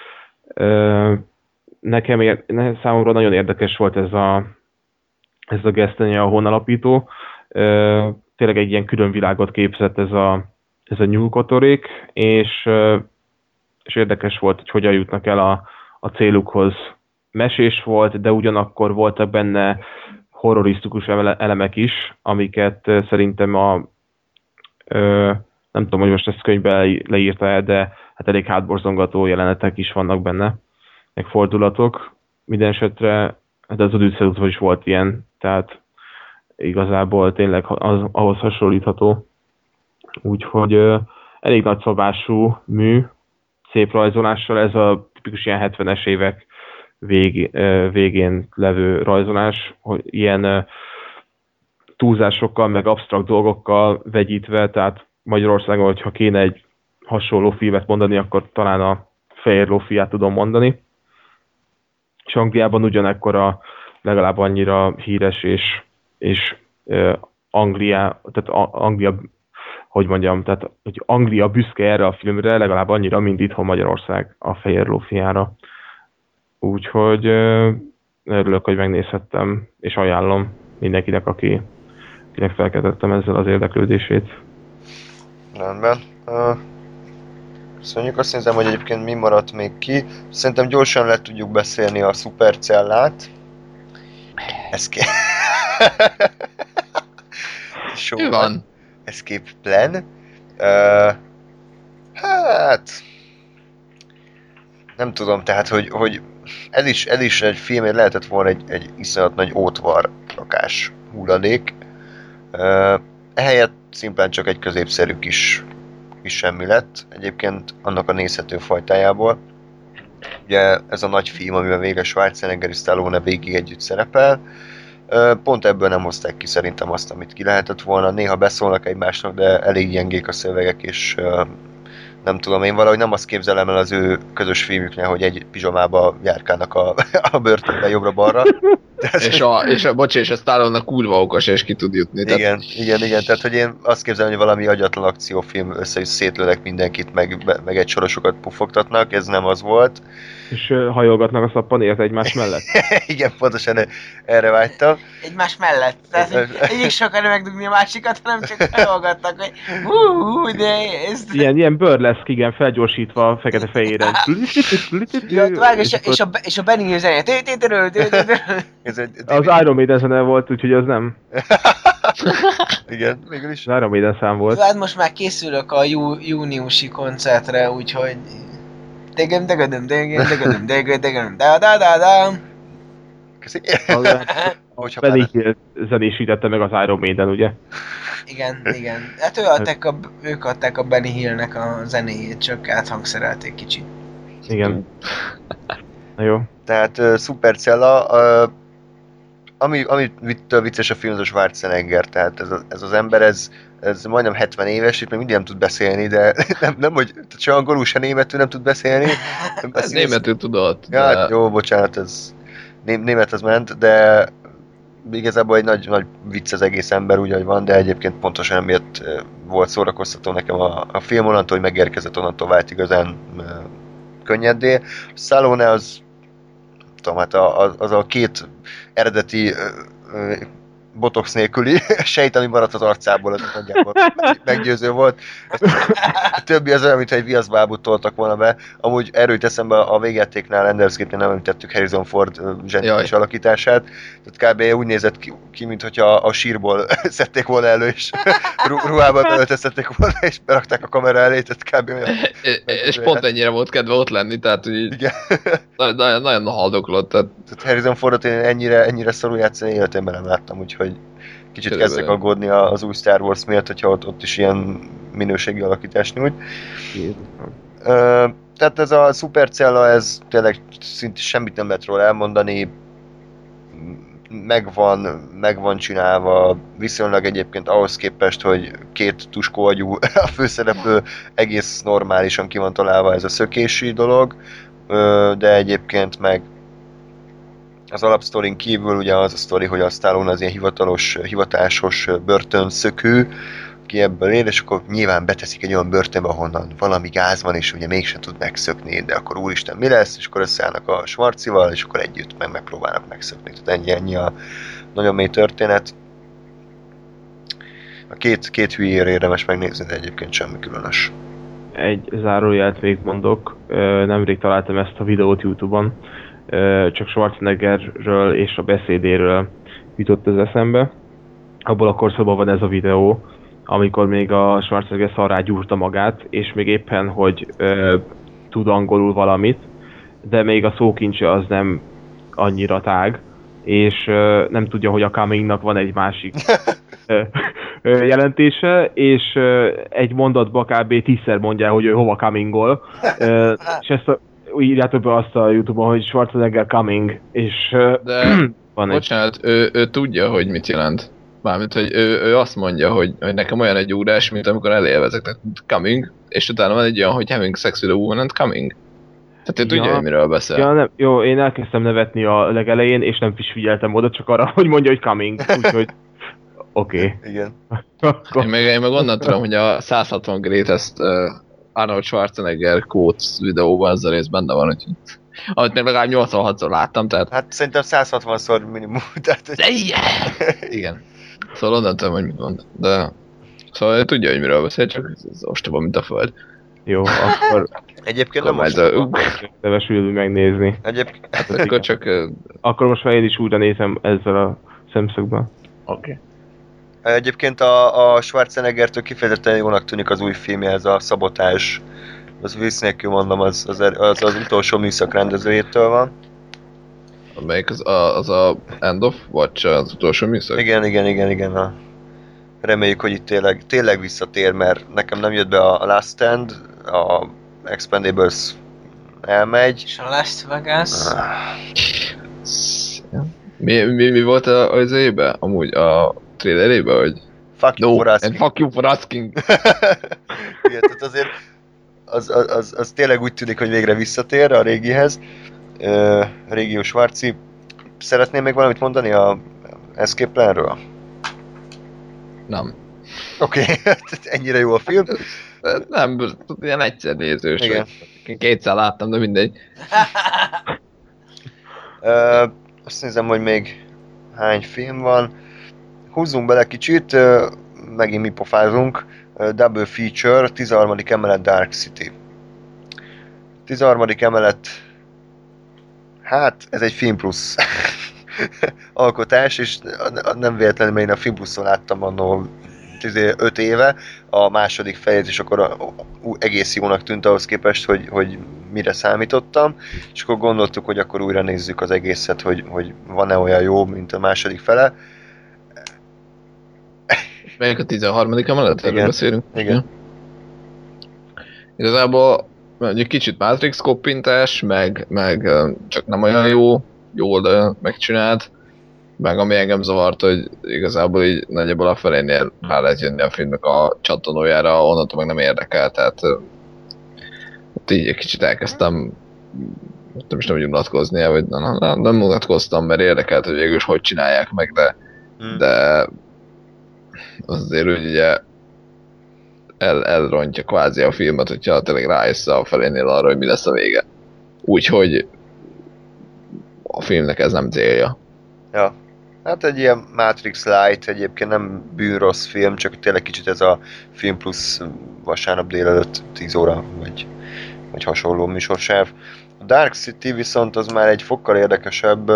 Nekem ér, számomra nagyon érdekes volt ez a, ez a gesztenye, a honalapító. Tényleg egy ilyen külön világot képzett ez a, ez a nyúlkotorék, és, és érdekes volt, hogy hogyan jutnak el a, a célukhoz. Mesés volt, de ugyanakkor voltak benne horrorisztikus elemek is, amiket szerintem a nem tudom, hogy most ezt könyvben leírta el, de hát elég hátborzongató jelenetek is vannak benne, meg fordulatok. Minden esetre, hát az Odysseusban is volt ilyen, tehát igazából tényleg az, ahhoz hasonlítható. Úgyhogy uh, elég nagyszabású mű, szép rajzolással, ez a tipikus ilyen hetvenes évek vég, uh, végén levő rajzolás, hogy ilyen uh, túlzásokkal, meg absztrakt dolgokkal vegyítve, tehát Magyarországon, hogyha kéne egy hasonló filmet mondani, akkor talán a Fehér ló fiát tudom mondani. És Angliában ugyanekkora, legalább annyira híres, és, és uh, Anglia, tehát Anglia, hogy mondjam, tehát hogy Anglia büszke erre a filmre, legalább annyira, mint itthon Magyarország a Fehér ló fiára. Úgyhogy uh, örülök, hogy megnézhettem, és ajánlom mindenkinek, aki, akinek felkeltettem ezzel az érdeklődését. Rendben. Uh, köszönjük, azt nézem, hogy egyébként mi maradt még ki. Szerintem gyorsan le tudjuk beszélni a szupercellát. Ez ké... Mi van? Escape Plan. Uh, hát... Nem tudom, tehát, hogy, hogy ez, is, ez is egy film, lehetett volna egy, egy iszonyat nagy ótvar rakás hulladék. Uh, ehelyett szimplán csak egy középszerű kis, kis semmi lett, egyébként annak a nézhető fajtájából. Ugye ez a nagy film, amiben végre Schwarzenegger és Stallone végig együtt szerepel. Pont ebből nem hozták ki szerintem azt, amit ki lehetett volna. Néha beszólnak egymásnak, de elég gyengék a szövegek, és nem tudom, én valahogy nem azt képzelem el az ő közös filmjüknél, hogy egy pizsamába járkálnak a, a börtönben jobbra-balra. És a, és a, bocs, és a Stallone kurva okos, és ki tud jutni. Igen, Tehát, igen, igen, tehát hogy én azt képzelem, hogy valami agyatlan akciófilm össze is szétlőnek mindenkit, meg, meg egy sorosokat pufogtatnak, ez nem az volt. És uh, hajolgatnak a szappanért egymás mellett. Igen, pontosan erre vágytam. Egymás mellett. Tehát, hogy egyik se akarja megdugni a másikat, hanem csak hallgatnak, hogy hú, hú, de ezt... Ilyen, ilyen burleszk, igen, felgyorsítva fekete-fehéren. Ja, vág, és, a, és, a, és a Benny Hill zene. Ez egy Az Iron Maiden zene volt, úgyhogy az nem. Igen, végül is. Az Iron Maiden szám volt. Hát most már készülök a jú, júniusi koncertre, úgyhogy... Degem, degedem, degem, degedem, degem, degem, da da da da. Köszi. A Benny Hill zenésítette meg az Iron Maiden, ugye? Igen, igen. Hát ő adták a, ők adták a Benny Hillnek a zenéjét, csak áthangszerelték kicsit. Igen. Na jó. Tehát uh, Supercella, uh, ami, ami vicces a film, az a Schwarzenegger, tehát ez, a, ez az ember, ez, ez majdnem hetven éves, itt még mindig nem tud beszélni, de nem, nem hogy se angolul, se németül nem tud beszélni. ez németül tudott. Ja, de... jó, bocsánat, ez né, német az ment, de igazából egy nagy, nagy vicc az egész ember, úgy, hogy van, de egyébként pontosan emiatt volt szórakoztató nekem a, a film, onnantól, hogy megérkezett, onnantól vált igazán könnyedé. Stallone az, tudom, hát az, az a két eredeti botox nélküli sejt, ami maradt az arcából, az nagyjából meggyőző volt. A többi az olyan, mintha egy viaszbábút toltak volna be. Amúgy erőt eszembe a végjátéknál, Ender's Game-nél nem említettük Harrison Ford zseniális alakítását. Tehát kb. Úgy nézett ki, ki mintha a sírból szedték volna elő, és ruhába beöltöztették volna, és berakták a kamera elé, tehát kb. Olyan, és pont ennyire volt kedve ott lenni, tehát hogy nagyon, nagyon haldoklott. Tehát... tehát Harrison Fordot én ennyire, ennyire szarul játszani életemben nem láttam, úgyhogy kicsit Körülbelül. kezdek aggódni az új Star Wars miatt, hogyha ott, ott is ilyen minőségi alakítást nyújt. Ö, tehát ez a Supercella, ez tényleg szinte semmit nem lehet róla elmondani, megvan, megvan csinálva, viszonylag egyébként ahhoz képest, hogy két tuskóagyú a főszereplő, egész normálisan ki van találva ez a szökési dolog, ö, de egyébként meg az alapsztorin kívül ugye az a sztori, hogy a Stallone az ilyen hivatalos, hivatásos börtönszökő, ki ebből él, és akkor nyilván beteszik egy olyan börtönbe, ahonnan valami gáz van, és ugye mégsem tud megszökni, de akkor úristen mi lesz, és akkor összeállnak a Schwarzival, és akkor együtt meg megpróbálnak megszökni. Tehát ennyi, ennyi a nagyon mély történet. A két, két hülyére érdemes megnézni, de egyébként semmi különös. Egy zárójelt még mondok, nemrég találtam ezt a videót YouTube-on, csak Schwarzeneggerről és a beszédéről jutott az eszembe. Abból a korszakban van ez a videó, amikor még a Schwarzenegger szarrá gyúrta magát, és még éppen, hogy ö, tud angolul valamit, de még a szókincse az nem annyira tág, és ö, nem tudja, hogy a comingnak van egy másik ö, ö, jelentése, és ö, egy mondatba kb. tízszer mondja, hogy ő hova comingol, ö, és ezt a írjátok be azt a YouTube-on, hogy Schwarzenegger coming, és... De, van bocsánat, egy... ő, ő tudja, hogy mit jelent. Mármint, hogy ő, ő azt mondja, hogy, hogy nekem olyan egy órás, mint amikor elélvezek, tehát coming, és utána van egy olyan, hogy having sex with a woman and coming. Tehát ő ja, tudja, hogy miről beszél. Ja, nem, jó, én elkezdtem nevetni a legelején, és nem is figyeltem oda, csak arra, hogy mondja, hogy coming, úgyhogy... Oké. Okay. Igen. én, meg, én meg onnan tudom, hogy a száz hatvan Greatest uh, Arnold Schwarzenegger quotes videóban ez a rész benne van, hogy amit még legalább nyolcvanhatszor láttam, tehát... Hát szerintem száz hatvanszor minimum, tehát... De igen! Igen. Szóval onnan tudom, hogy mit mond, de... Szóval tudja, hogy miről beszél, csak ez ostoba, mint a föld. Jó, akkor... Egyébként nem most... Neves ülő megnézni. Egyébként... Hát akkor csak... Uh... Akkor most már én is újra nézem ezzel a szemszögben. Oké. Okay. Egyébként a, a Schwarzeneggertől kifejezetten jónak tűnik az új filmje, ez a Szabotás. Az vicc nélkül mondom, az az, az az utolsó műszak rendezőjétől van. Melyik az a, az a End of Watch, az utolsó műszak? Igen, igen, igen, igen. A... Reméljük, hogy itt tényleg, tényleg visszatér, mert nekem nem jött be a Last Stand, a Expendables elmegy. És a Las Vegas. Ah. Mi, mi, mi volt az ébe? Amúgy a trailerébe, hogy... Fuck you no, for asking. and fuck you for asking. Igen, tehát azért az, az, az, az tényleg úgy tűnik, hogy végre visszatér a régihez. Uh, a régió Schwarzi. szeretném még valamit mondani a Escape Planről? Nem. Oké, okay. Ennyire jó a film. Nem, ilyen egyszer nézős. Igen. Én kétszer láttam, de mindegy. uh, azt nézem, hogy még hány film van. Húzzunk bele kicsit, uh, megint mi pofázunk. Uh, double feature, tizenharmadik emelet Dark City. tizenharmadik emelet, hát ez egy Film Plus alkotás, és nem véletlenül, mert én a Film Pluson láttam annól öt éve a második fejét, és akkor a, a, egész jónak tűnt ahhoz képest, hogy, hogy mire számítottam, és akkor gondoltuk, hogy akkor újra nézzük az egészet, hogy, hogy van-e olyan jó, mint a második fele. Melyik a tizenharmadik emelet? Erről beszélünk? Igen. Igazából egy kicsit Matrix koppintás, meg, meg csak nem olyan jó, jól, de megcsinált. Meg ami engem zavart, hogy igazából így nagyjából a felénél rá lehet jönni a filmnek a csattanójára, onnantól meg nem érdekel, tehát ott így egy kicsit elkezdtem nem is nem úgy unatkozni, vagy nem, nem, nem unatkoztam, mert érdekelt, hogy végül is hogy csinálják meg, de, hmm. de az azért úgy ugye el, elrontja kvázi a filmet, hogyha tényleg rájössz a felénél arra, hogy mi lesz a vége. Úgyhogy a filmnek ez nem célja. Ja. Hát egy ilyen Matrix Light, egyébként nem bűnrossz film, csak tényleg kicsit ez a Film Plus vasárnap délelőtt tíz óra, vagy, vagy hasonló műsorsáv. A Dark City viszont az már egy fokkal érdekesebb.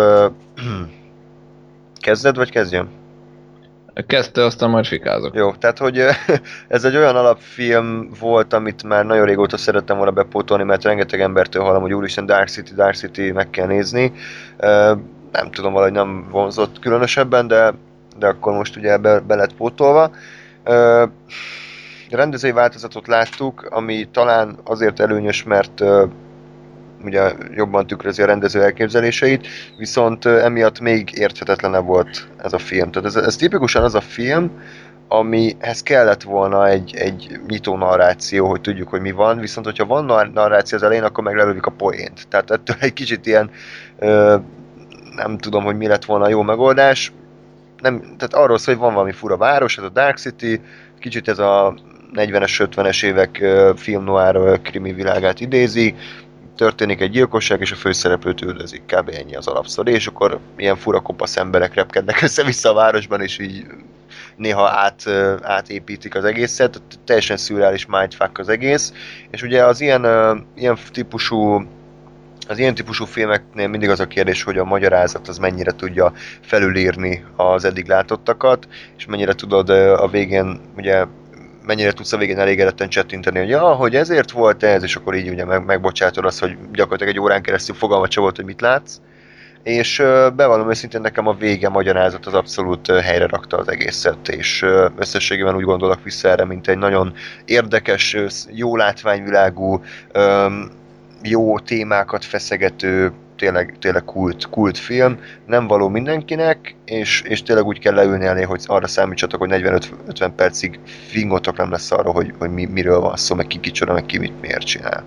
Kezded, vagy kezdjem? Kezdte, aztán majd fikázok. Jó, tehát hogy ez egy olyan alapfilm volt, amit már nagyon régóta szerettem volna bepótolni, mert rengeteg embertől hallom, hogy úristen Dark City, Dark City, meg kell nézni. Nem tudom, valahogy nem vonzott különösebben, de, de akkor most ugye be, be lett pótolva. Uh, rendezői változatot láttuk, ami talán azért előnyös, mert uh, ugye jobban tükrözi a rendező elképzeléseit, viszont uh, emiatt még érthetetlenebb volt ez a film. Tehát ez, ez tipikusan az a film, amihez kellett volna egy, egy nyitó narráció, hogy tudjuk, hogy mi van, viszont hogyha van narráció az elején, akkor meglelődik a poént. Tehát ettől egy kicsit ilyen uh, nem tudom, hogy mi lett volna a jó megoldás. Nem, tehát arról szól, hogy van valami fura város, ez a Dark City, kicsit ez a negyvenes, ötvenes évek uh, film noir uh, krimi világát idézi, történik egy gyilkosság, és a főszereplőt üldözik, kb. Ennyi az alapsztori, és akkor ilyen fura kopasz emberek repkednek össze-vissza a városban, és így néha át, uh, átépítik az egészet, teljesen szürreális mindfuck az egész, és ugye az ilyen, uh, ilyen típusú Az ilyen típusú filmeknél mindig az a kérdés, hogy a magyarázat az mennyire tudja felülírni az eddig látottakat, és mennyire tudod a végén, ugye, mennyire tudsz a végén elégedetten csettinteni, hogy ja, hogy ezért volt ez, és akkor így ugye meg, megbocsátod azt, hogy gyakorlatilag egy órán keresztül fogalmat se volt, hogy mit látsz. És bevallom őszintén, nekem a vége magyarázat az abszolút helyre rakta az egészet, és összességében úgy gondolok vissza erre, mint egy nagyon érdekes, jó látványvilágú, jó témákat feszegető, tényleg, tényleg kult, kult film, nem való mindenkinek, és, és tényleg úgy kell leülni elé, hogy arra számítsatok, hogy negyven-ötven percig fingotok nem lesz arra, hogy, hogy mi, miről van szó, meg ki kicsoda, meg ki mit miért csinál.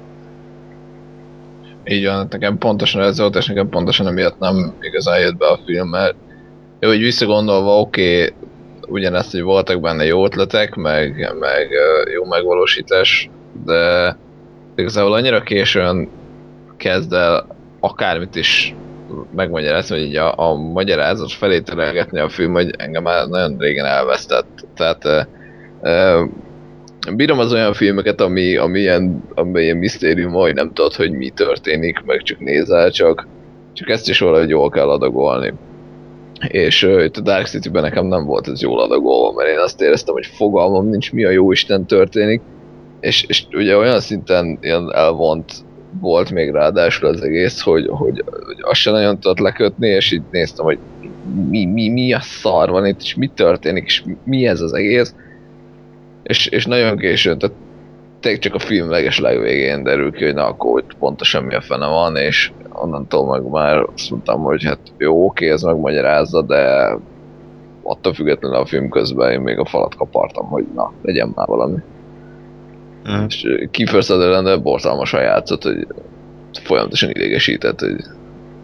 Így van, nekem pontosan ez volt, és nekem pontosan emiatt nem igazán jött be a film, mert jó, hogy visszagondolva, oké, okay, ugyanezt, hogy voltak benne jó ötletek, meg, meg jó megvalósítás, de igazából annyira későn kezd el akármit is megmagyarázni, hogy így a, a magyarázat felé terelgetni a film, hogy engem már nagyon régen elvesztett. Tehát e, e, bírom az olyan filmeket, ami, ami, ilyen, ami ilyen misztérium, hogy nem tudod, hogy mi történik, meg csak nézel, csak, csak ezt is valahogy jól kell adagolni. És uh, itt a Dark City-ben nekem nem volt ez jól adagolva, mert én azt éreztem, hogy fogalmam nincs, mi a jóisten történik, és, és ugye olyan szinten ilyen elvont volt még ráadásul az egész, hogy, hogy, hogy azt sem nagyon tudott lekötni, és így néztem, hogy mi, mi, mi a szar van itt, és mi történik, és mi ez az egész. És, és nagyon későn, tehát tényleg csak a film leges legvégén derül ki, hogy na akkor pontosan mi a fene van, és onnantól meg már azt mondtam, hogy hát jó, oké, ez megmagyarázza, de attól függetlenül a film közben én még a falat kapartam, hogy na, legyen már valami. Mm. És Kiefer Sutherland borzalmasan játszott, hogy folyamatosan idegesített, hogy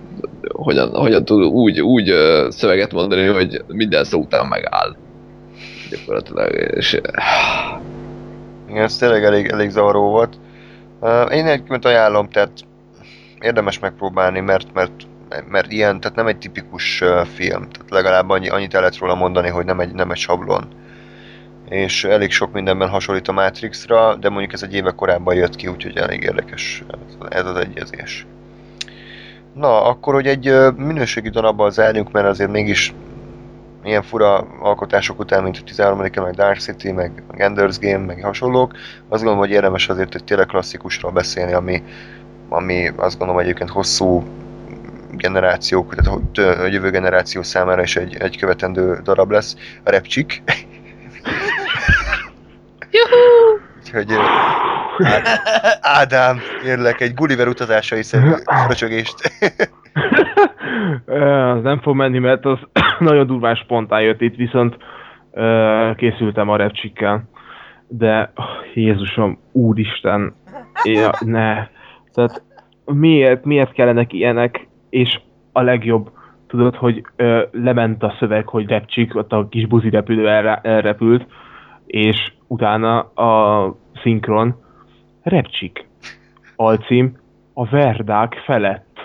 hogyan, hogyan tud úgy, úgy uh, szöveget mondani, hogy minden szó után megáll. Gyakorlatilag, és... Igen, ez tényleg elég, elég zavaró volt. Uh, én egyébként ajánlom, tehát érdemes megpróbálni, mert, mert, mert ilyen, tehát nem egy tipikus uh, film, tehát legalább annyi, annyit el lehet róla mondani, hogy nem egy, nem egy sablon. És elég sok mindenben hasonlít a Matrixra, de mondjuk ez egy éve korábban jött ki, úgyhogy elég érdekes ez az egyezés. Na, akkor, hogy egy minőségi darabban zárjunk, mert azért mégis ilyen fura alkotások után, mint a tizenharmadik meg Dark City, meg, meg Ender's Game, meg hasonlók, azt gondolom, hogy érdemes azért egy tényleg klasszikusról beszélni, ami, ami azt gondolom egyébként hosszú generációk, tehát a jövő generáció számára is egy, egy követendő darab lesz, a Repcsik. Úgyhogy Ádám, kérlek, egy Gulliver utazásai szerű fröcsögést. Az nem fog menni, mert az nagyon durván spontán jött itt, viszont készültem a Repcsikkel. De oh, Jézusom, úristen, ja, ne. Tehát miért, miért kellenek ilyenek, és a legjobb, tudod, hogy ö, lement a szöveg, hogy Repcsik, ott a kis buzi repülő elre, elrepült, és utána a szinkron Repcsik. Alcím a verdák felett.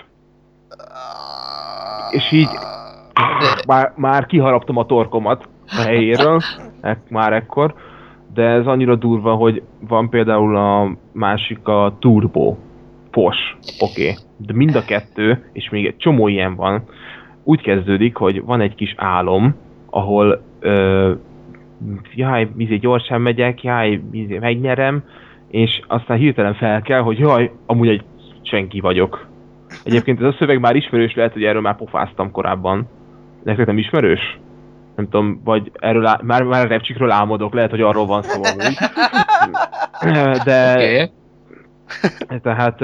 És így már, már kiharaptam a torkomat a helyéről, már ekkor, de ez annyira durva, hogy van például a másik a Turbo, Pos, oké, okay. De mind a kettő, és még egy csomó ilyen van, úgy kezdődik, hogy van egy kis álom, ahol ö, jaj, izé, gyorsan megyek, jaj, izé, megnyerem, és aztán hirtelen fel kell, hogy jaj, amúgy egy senki vagyok. Egyébként ez a szöveg már ismerős, lehet, hogy erről már pofáztam korábban. Nektek nem ismerős? Nem tudom, vagy erről á... már, már a Repcsikről álmodok, lehet, hogy arról van szó amúgy. De... Okay. Tehát...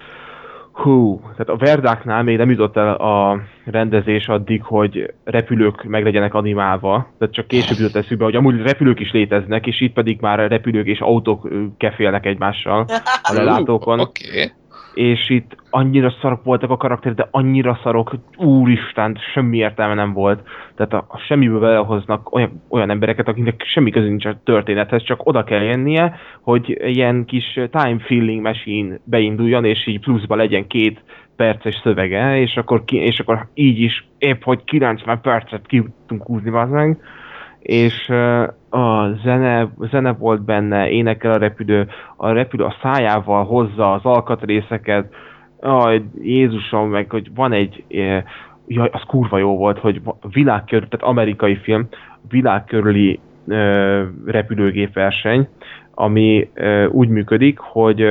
Hú, tehát a Verdáknál még nem jutott el a rendezés addig, hogy repülők meg legyenek animálva. Tehát csak később jutott eszükbe, hogy amúgy repülők is léteznek, és itt pedig már repülők és autók kefélnek egymással a lelátókon. Oké. Okay. És itt annyira szarok voltak a karakterek, de annyira szarok, hogy úristen, semmi értelme nem volt. Tehát a, a semmiből belehoznak olyan, olyan embereket, akiknek semmi közük nincs a történethez, csak oda kell jönnie, hogy ilyen kis time filling machine beinduljon, és így pluszba legyen két perces szövege, és akkor, ki, és akkor így is épp, hogy kilencven percet ki tudtunk húzni meg. És a zene, zene volt benne, énekel a repülő, a repülő a szájával hozza az alkatrészeket, ah, Jézusom, meg hogy van egy, jaj, az kurva jó volt, hogy világkörül, tehát amerikai film, világkörüli repülőgépverseny, ami úgy működik, hogy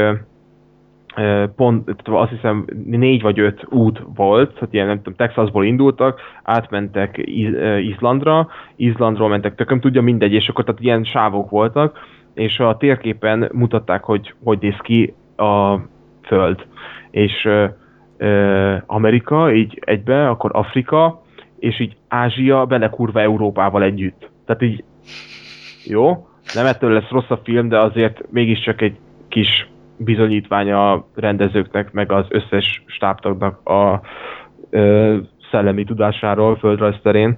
pont, azt hiszem négy vagy öt út volt, hát ilyen nem tudom, Texasból indultak, átmentek Izlandra, Izlandról mentek, tököm tudja, mindegy, és akkor tehát ilyen sávok voltak, és a térképen mutatták, hogy hogy néz ki a Föld. És uh, Amerika így egybe, akkor Afrika, és így Ázsia belekurva Európával együtt. Tehát így jó, nem ettől lesz rossz a film, de azért mégiscsak egy kis bizonyítvány a rendezőknek, meg az összes stábtagnak a ö, szellemi tudásáról földrajz terén.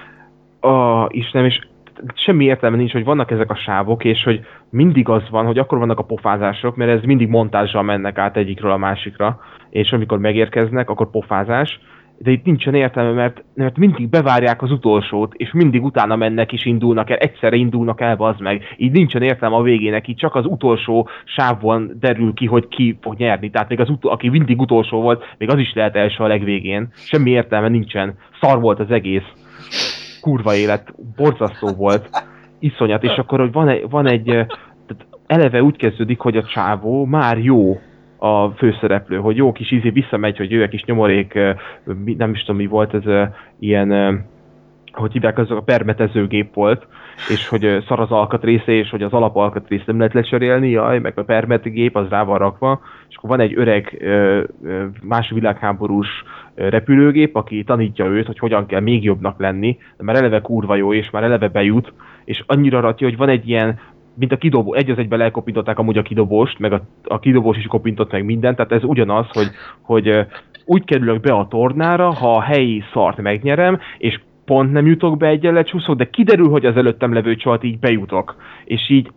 A, és nem is semmi értelme nincs, hogy vannak ezek a sávok, és hogy mindig az van, hogy akkor vannak a pofázások, mert ez mindig montázsal mennek át egyikről a másikra, és amikor megérkeznek, akkor pofázás, de itt nincsen értelme, mert, mert mindig bevárják az utolsót, és mindig utána mennek és indulnak el, egyszerre indulnak el, az meg. Így nincsen értelme a végének, így csak az utolsó sávon derül ki, hogy ki fog nyerni. Tehát még az utol, aki mindig utolsó volt, még az is lehet első a legvégén. Semmi értelme nincsen. Szar volt az egész. Kurva élet, borzasztó volt. Iszonyat, és akkor hogy van egy, van egy tehát eleve úgy kezdődik, hogy a csávó már jó a főszereplő, hogy jó kis ízé visszamegy, hogy ő egy kis nyomorék, nem is tudom mi volt, ez ilyen, hogy hívják, azok a permetezőgép volt, és hogy szar az alkatrésze, és hogy az alapalkatrészt nem lehet lecserélni, jaj, meg a permetgép az rá van rakva, és akkor van egy öreg más világháborús repülőgép, aki tanítja őt, hogy hogyan kell még jobbnak lenni, de már eleve kurva jó, és már eleve bejut, és annyira ratja, hogy van egy ilyen, mint a kidobó, egy az egyben lekopintották amúgy a kidobóst, meg a, a kidobós is kopintott meg mindent, tehát ez ugyanaz, hogy, hogy úgy kerülök be a tornára, ha a helyi szart megnyerem, és pont nem jutok be, egyenlet csúszok, de kiderül, hogy az előttem levő csalt így bejutok. És így...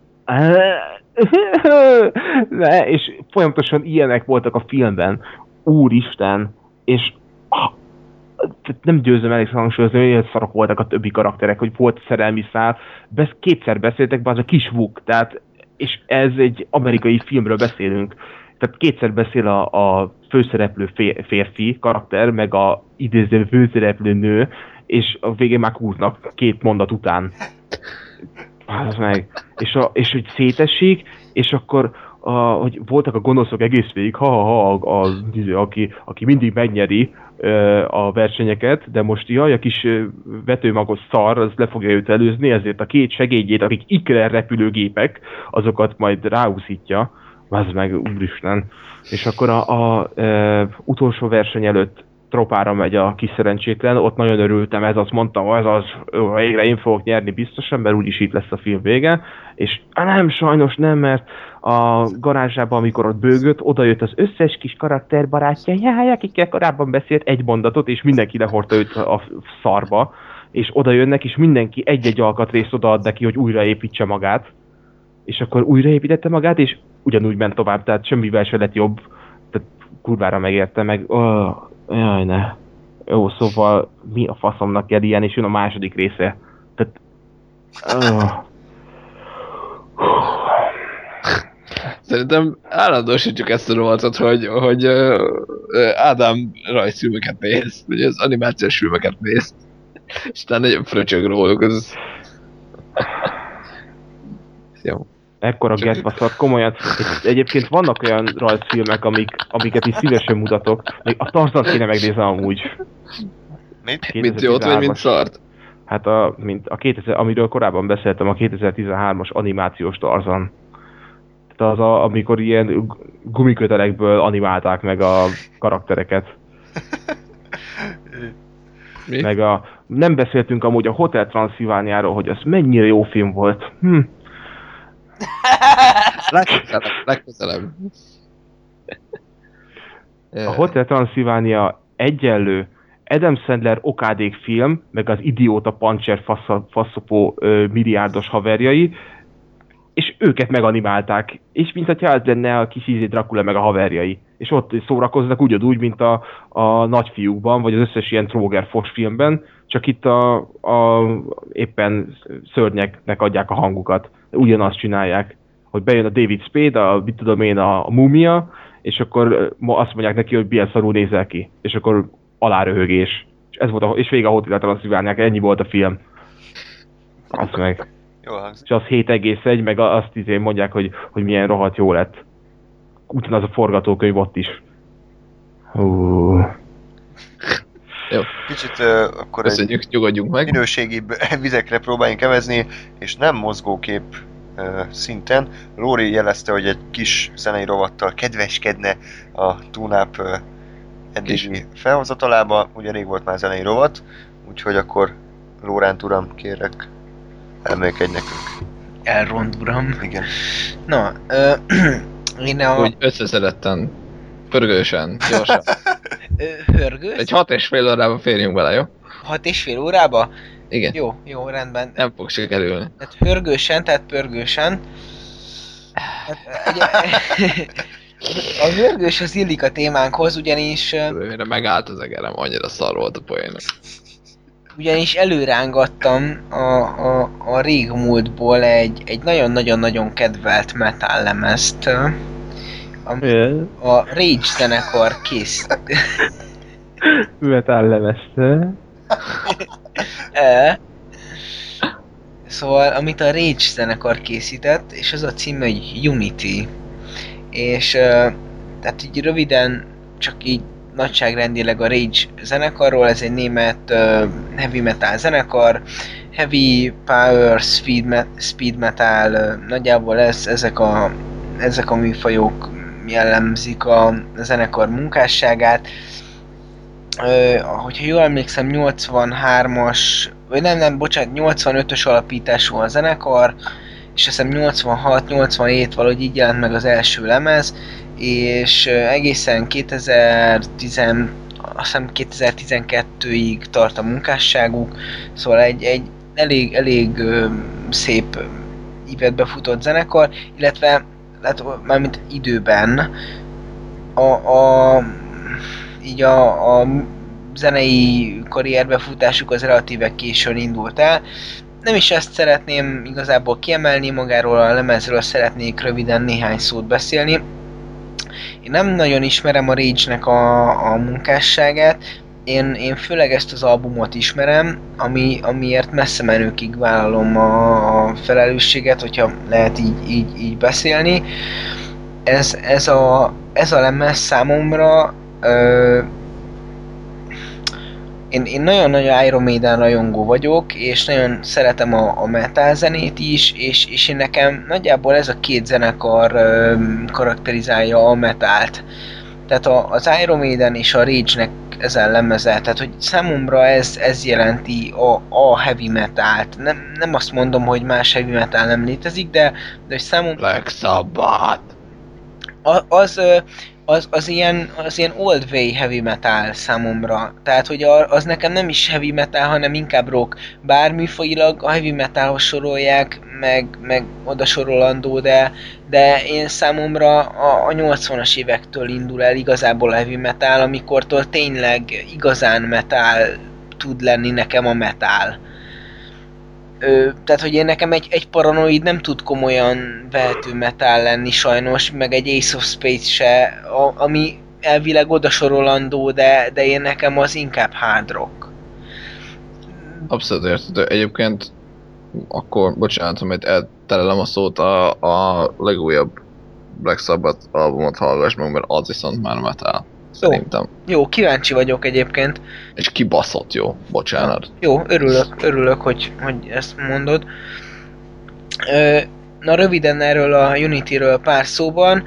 Ne, és folyamatosan ilyenek voltak a filmben. Úristen! És nem győzöm elég hangsúlyozni, hogy szarok voltak a többi karakterek, hogy volt szerelmi szál. Besz, kétszer beszéltek, be az a kis Vuk, tehát, és ez egy amerikai filmről beszélünk. Tehát kétszer beszél a, a főszereplő férfi karakter, meg a idéző főszereplő nő, és a végén már kúrnak két mondat után. Hát meg. És, a, és hogy szétesik, és akkor a, hogy voltak a gonoszok egész végig, ha-ha-ha, a, a, aki, aki mindig megnyeri ö, a versenyeket, de most jaj, a kis vetőmagos szar, az le fogja őt előzni, ezért a két segédjét, akik ikre repülőgépek, azokat majd ráúszítja. Vazd meg, úristen. És akkor a, a, a utolsó verseny előtt tropára megy a kis szerencsétlen, ott nagyon örültem, ez azt mondtam, ez az, végre én fogok nyerni biztosan, mert úgyis itt lesz a film vége, és á, nem, sajnos nem, mert a garázsában, amikor ott bőgött, oda jött az összes kis karakterbarátja, jaj, akikkel korábban beszélt egy mondatot, és mindenki lehordta őt a szarba, és oda jönnek, és mindenki egy-egy alkatrészt odaad neki, hogy újraépítse magát, és akkor újraépítette magát, és ugyanúgy ment tovább, tehát semmivel se lett jobb, tehát kurvára megérte meg, oh, jaj ne. Jó, szóval mi a faszomnak kell ilyen, és jön a második része. Tehát... Oh. Szerintem állandósítjuk ezt a rovatot, hogy, hogy uh, Ádám rajzfilmeket néz, vagy az animációs filmeket néz. És utána nagyon fröcsög róluk, az... Jó. Ekkora getbaszat, komolyan. És egyébként vannak olyan rajzfilmek, amik, amiket is szívesen mutatok. Még a Tarzant kéne megnézni amúgy. Mit? Mint jót, vagy mint szart? Hát a, mint a kétezer, amiről korábban beszéltem, a kétezer-tizenhármas animációs Tarzan. Tehát az, a, amikor ilyen gumikötelekből animálták meg a karaktereket. Mi? Meg a... Nem beszéltünk amúgy a Hotel Transzilvániáról, hogy az mennyire jó film volt. Hm. Legközelebb, legközelebb. A Hotel Transzilvánia egyenlő Adam Sandler okádék film, meg az idióta Puncher faszopó milliárdos haverjai, és őket meganimálták, és mint hogyha ez lenne a kis ízé Dracula meg a haverjai. És ott szórakoznak ugyanúgy, mint a, a nagyfiúkban, vagy az összes ilyen Tróger Fos filmben, csak itt a, a éppen szörnyeknek adják a hangukat. Ugyanazt csinálják, hogy bejön a David Spade, a, mit tudom én, a, a mumia, és akkor azt mondják neki, hogy milyen szarul nézel ki. És akkor aláröhögés. És ez volt a, és vége a Hotel Transzilvániának, ennyi volt a film. Azt meg. Jól hangzik. És az hét egész egy, meg azt izé mondják, hogy, hogy milyen rohadt jó lett. Ugyanaz a forgatókönyv ott is. Hú. Jó. Kicsit uh, akkor Köszönjük, egy nyugodjunk meg. minőségibb vizekre próbáljunk evezni, és nem mozgókép uh, szinten. Lóri jelezte, hogy egy kis zenei rovattal kedveskedne a Tunap uh, eddigi felhozatalába. Ugye rég volt már zenei rovat, úgyhogy akkor Lóránt uram, kérlek, elmélkedj nekünk. Elrond uram. Igen. Na, ö, én a... Úgy összeszedetten, pörgősen, gyorsan. Ö, hörgős? Egy hat és fél órában férjünk bele, jó? Hat és fél órába? Igen. Jó, jó, rendben. Nem fog sikerülni. Tehát hörgősen, tehát pörgősen. Hát, egy, a hörgős az illik a témánkhoz, ugyanis... Őre megállt az egerem, annyira szar volt a poénok. Ugyanis előrángattam a, a, a régmúltból egy, egy nagyon-nagyon-nagyon kedvelt metal lemezt. A, a Rage zenekar kész. Metal lemezt. e, szóval, amit a Rage zenekar készített, és az a cím, hogy Unity. És tehát így röviden, csak így nagyságrendileg a Rage zenekarról, ez egy német uh, heavy metal zenekar, heavy power, speed, me- speed metal, uh, nagyjából ez, ezek, a, ezek a műfajok jellemzik a zenekar munkásságát. Uh, hogyha jól emlékszem, nyolcvanhármas, vagy nem, nem, bocsánat, nyolcvanötös alapítású a zenekar, és azt hiszem nyolcvanhat nyolcvanhét valahogy így jelent meg az első lemez, és egészen kétezer-tizenkettő azt hiszem kétezer-tizenkettőig tart a munkásságuk, szóval egy, egy elég, elég ö, szép ívet befutott zenekar, illetve hát, mármint időben a, a, így a, a zenei karrierbefutásuk az relatíve későn indult el. Nem is ezt szeretném igazából kiemelni, magáról a lemezről szeretnék röviden néhány szót beszélni. Én nem nagyon ismerem a Rage-nek a, a munkásságát, én, én főleg ezt az albumot ismerem, ami, amiért messze menőkig vállalom a, a felelősséget, hogyha lehet így, így, így beszélni. Ez, ez, a, ez a lemez számomra ö, Én, én nagyon-nagyon Iron Maiden rajongó vagyok, és nagyon szeretem a, a metal zenét is, és, és én nekem nagyjából ez a két zenekar ö, karakterizálja a metalt. Tehát a, az Iron Maiden és a Rage-nek ezen lemeze, tehát hogy számomra ez, ez jelenti a, a heavy metalt. Nem, nem azt mondom, hogy más heavy metal nem létezik, de, de hogy számomra... Black Sabbath! Az, az, az, ilyen, az ilyen old way heavy metal számomra. Tehát, hogy az nekem nem is heavy metal, hanem inkább rock. Bár műfajilag a heavy metalhoz sorolják, meg, meg oda sorolandó, de, de én számomra a, a nyolcvanas évektől indul el igazából a heavy metal, amikortól tényleg igazán metal tud lenni nekem a metal. Ö, tehát, hogy én nekem egy, egy paranoid nem tud komolyan vehető metal lenni sajnos, meg egy Ace of Spades se, a, ami elvileg odasorolandó, de, de én nekem az inkább hard rock. Abszolút érted. Egyébként akkor, bocsánat, amit elterelem a szót, a, a legújabb Black Sabbath albumot hallgass meg, mert az viszont már metal. Szerintem. Jó, kíváncsi vagyok egyébként. És kibaszott jó, bocsánat. Jó, örülök, örülök, hogy, hogy ezt mondod. Ö, na röviden erről a Unity-ről pár szóban.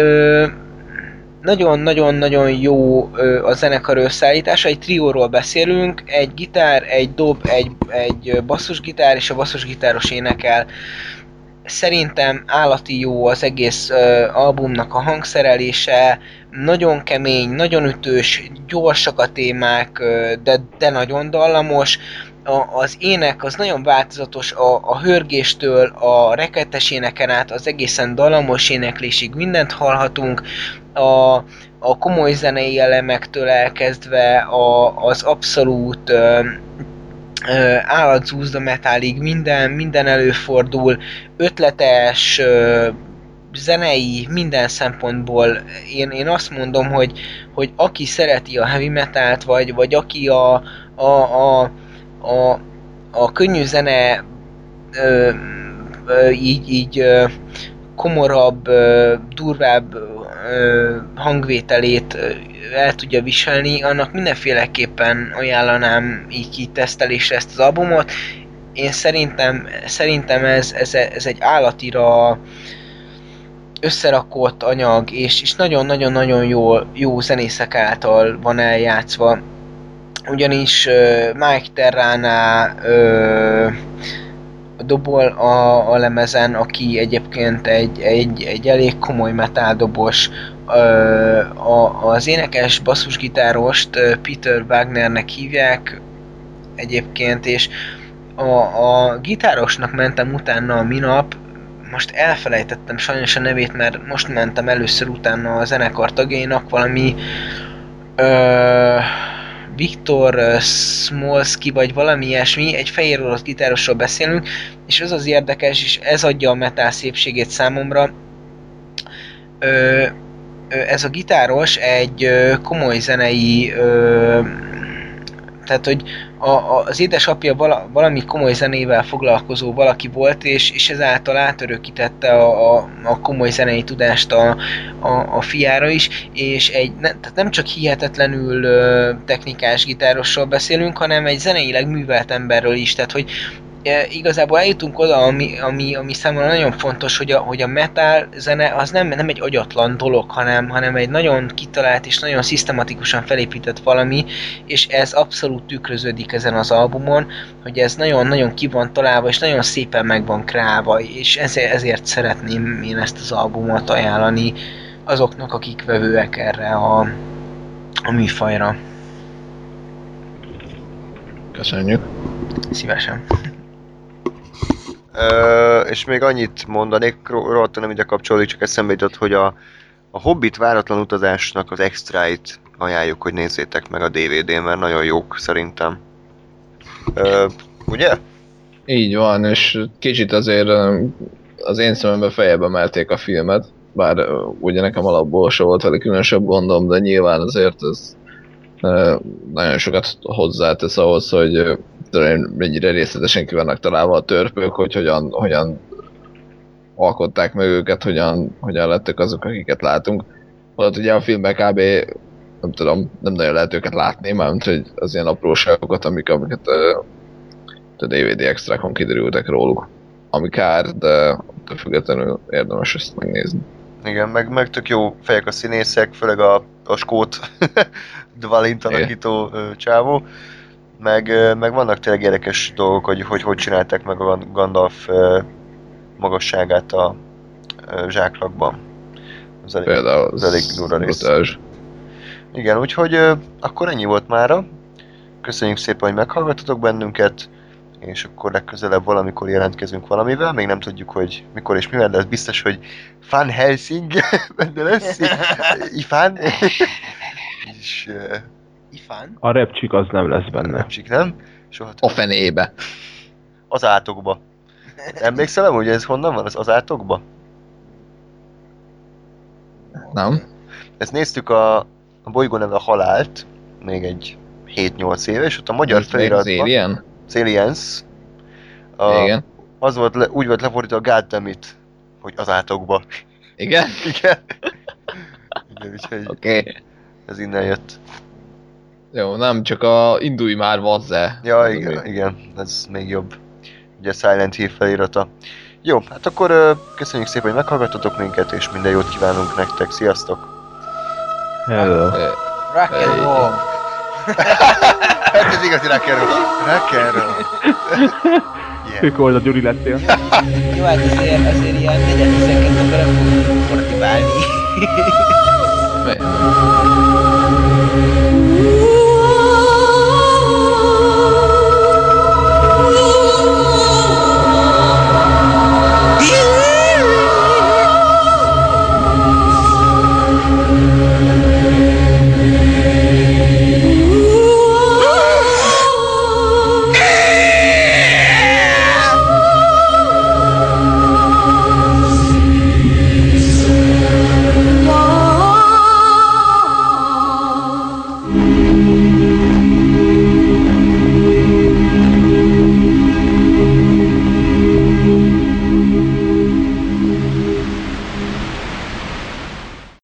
Nagyon-nagyon-nagyon jó ö, a zenekar összeállítása, egy trióról beszélünk, egy gitár, egy dob, egy, egy basszusgitár és a basszusgitáros énekel. Szerintem állati jó az egész ö, albumnak a hangszerelése, nagyon kemény, nagyon ütős, gyorsak a témák, ö, de, de nagyon dallamos. A, az ének az nagyon változatos, a, a hörgéstől, a rekettes éneken át az egészen dallamos éneklésig mindent hallhatunk. A, a komoly zenei elemektől elkezdve a, az abszolút ö, ö, állatzúzda metálig minden, minden előfordul, ötletes, ö, zenei, minden szempontból. Én, én azt mondom, hogy, hogy aki szereti a heavy metalt, vagy, vagy aki a, a, a, a, a könnyű zene ö, ö, így, így ö, komorabb, ö, durvább ö, hangvételét ö, el tudja viselni, annak mindenféleképpen ajánlanám így, így tesztelésre ezt az albumot. Én szerintem, szerintem ez, ez, ez egy állatira összerakott anyag, és, és nagyon-nagyon-nagyon jó, jó zenészek által van eljátszva. Ugyanis uh, Mike Terránál uh, dobol a, a lemezen, aki egyébként egy, egy, egy elég komoly metáldobos. Uh, a, az énekes basszusgitárost uh, Peter Wagnernek hívják egyébként, és a, a gitárosnak mentem utána a minap, most elfelejtettem sajnos a nevét, mert most mentem először utána a zenekar tagjainak, valami uh, Viktor Smolski, vagy valami ilyesmi, egy fehér orosz gitárosról beszélünk, és ez az érdekes, és ez adja a metal szépségét számomra. Ö, ez a gitáros egy komoly zenei, ö, tehát hogy a, a, az édesapja vala, valami komoly zenével foglalkozó valaki volt, és, és ezáltal átörökítette a, a, a komoly zenei tudást a, a, a fiára is, és egy, ne, tehát nem csak hihetetlenül ö, technikás gitárosról beszélünk, hanem egy zeneileg művelt emberről is, tehát hogy e, igazából eljutunk oda, ami, ami, ami számomra nagyon fontos, hogy a, hogy a metal zene az nem, nem egy agyatlan dolog, hanem, hanem egy nagyon kitalált és nagyon szisztematikusan felépített valami, és ez abszolút tükröződik ezen az albumon, hogy ez nagyon-nagyon ki van találva, és nagyon szépen meg van králva, és ezért, ezért szeretném én ezt az albumot ajánlani azoknak, akik vevőek erre a, a műfajra. Köszönjük. Szívesen. Ö, és még annyit mondanék, rohadtul nem ide kapcsolódik, csak eszembe jutott, hogy a, a Hobbit váratlan utazásnak az extrait ajánljuk, hogy nézzétek meg a dé vé dén, mert nagyon jók szerintem. Ö, ugye? Így van, és kicsit azért ö, az én szememben fejebe emelték a filmet, bár ö, ugye nekem alapból se volt vele különösebb gondom, de nyilván azért ez ö, nagyon sokat hozzátesz ahhoz, hogy ö, mennyire részletesen ki vannak találva a törpök, hogy hogyan, hogyan alkották meg őket, hogyan, hogyan lettek azok, akiket látunk. Holott ugye a filmben kb. Nem tudom, nem nagyon lehet őket látni, mármint hogy az ilyen apróságokat, amik, amiket uh, a dé vé dé extrákon kiderültek róluk. Ami kár, de függetlenül érdemes ezt megnézni. Igen, meg, meg tök jó fejek a színészek, főleg a, a skót Dvalint alakító ö, csávó. Meg, ö, meg vannak tényleg érdekes dolgok, hogy hogy, hogy csinálták meg a Gandalf ö, magasságát a ö, zsáklakban. Az elég, Például az elég durva rész. brutális. Igen, úgyhogy ö, akkor ennyi volt mára. Köszönjük szépen, hogy meghallgattatok bennünket, és akkor legközelebb valamikor jelentkezünk valamivel, még nem tudjuk, hogy mikor és mivel, de ez biztos, hogy Van Helsing benne lesz, Ifán, és uh, Ifán? A repcsik az nem lesz benne. nem csik, nem? Soha A fenébe. az átokba. Emlékszel, hogy ez honnan van, az az átokba? Nem? Ezt néztük a, a bolygó neve a Halált, még egy hét-nyolc éve, és ott a magyar Ez még az feliratban, Alien? Aliens, a, Igen. az volt le, úgy volt lefordítva a Goddammit, hogy az átokba. Igen? Igen. Igen, úgyhogy Oké. Okay. ez innen jött. Jó, nem csak a indulj már vazze. Ja, igen, igen, ez még jobb. Ugye Silent Hill felirata. Jó, hát akkor ö, köszönjük szépen, hogy meghallgattatok minket, és minden jót kívánunk nektek. Sziasztok! Hello. Rock and roll! Hát ez igazi rock and roll. Rock and roll. Yeah. Mikor oda Gyuri lettél? Jó, hát azért, azért ilyen negyed tizenkettőkor nem fogunk portibálni. Mi?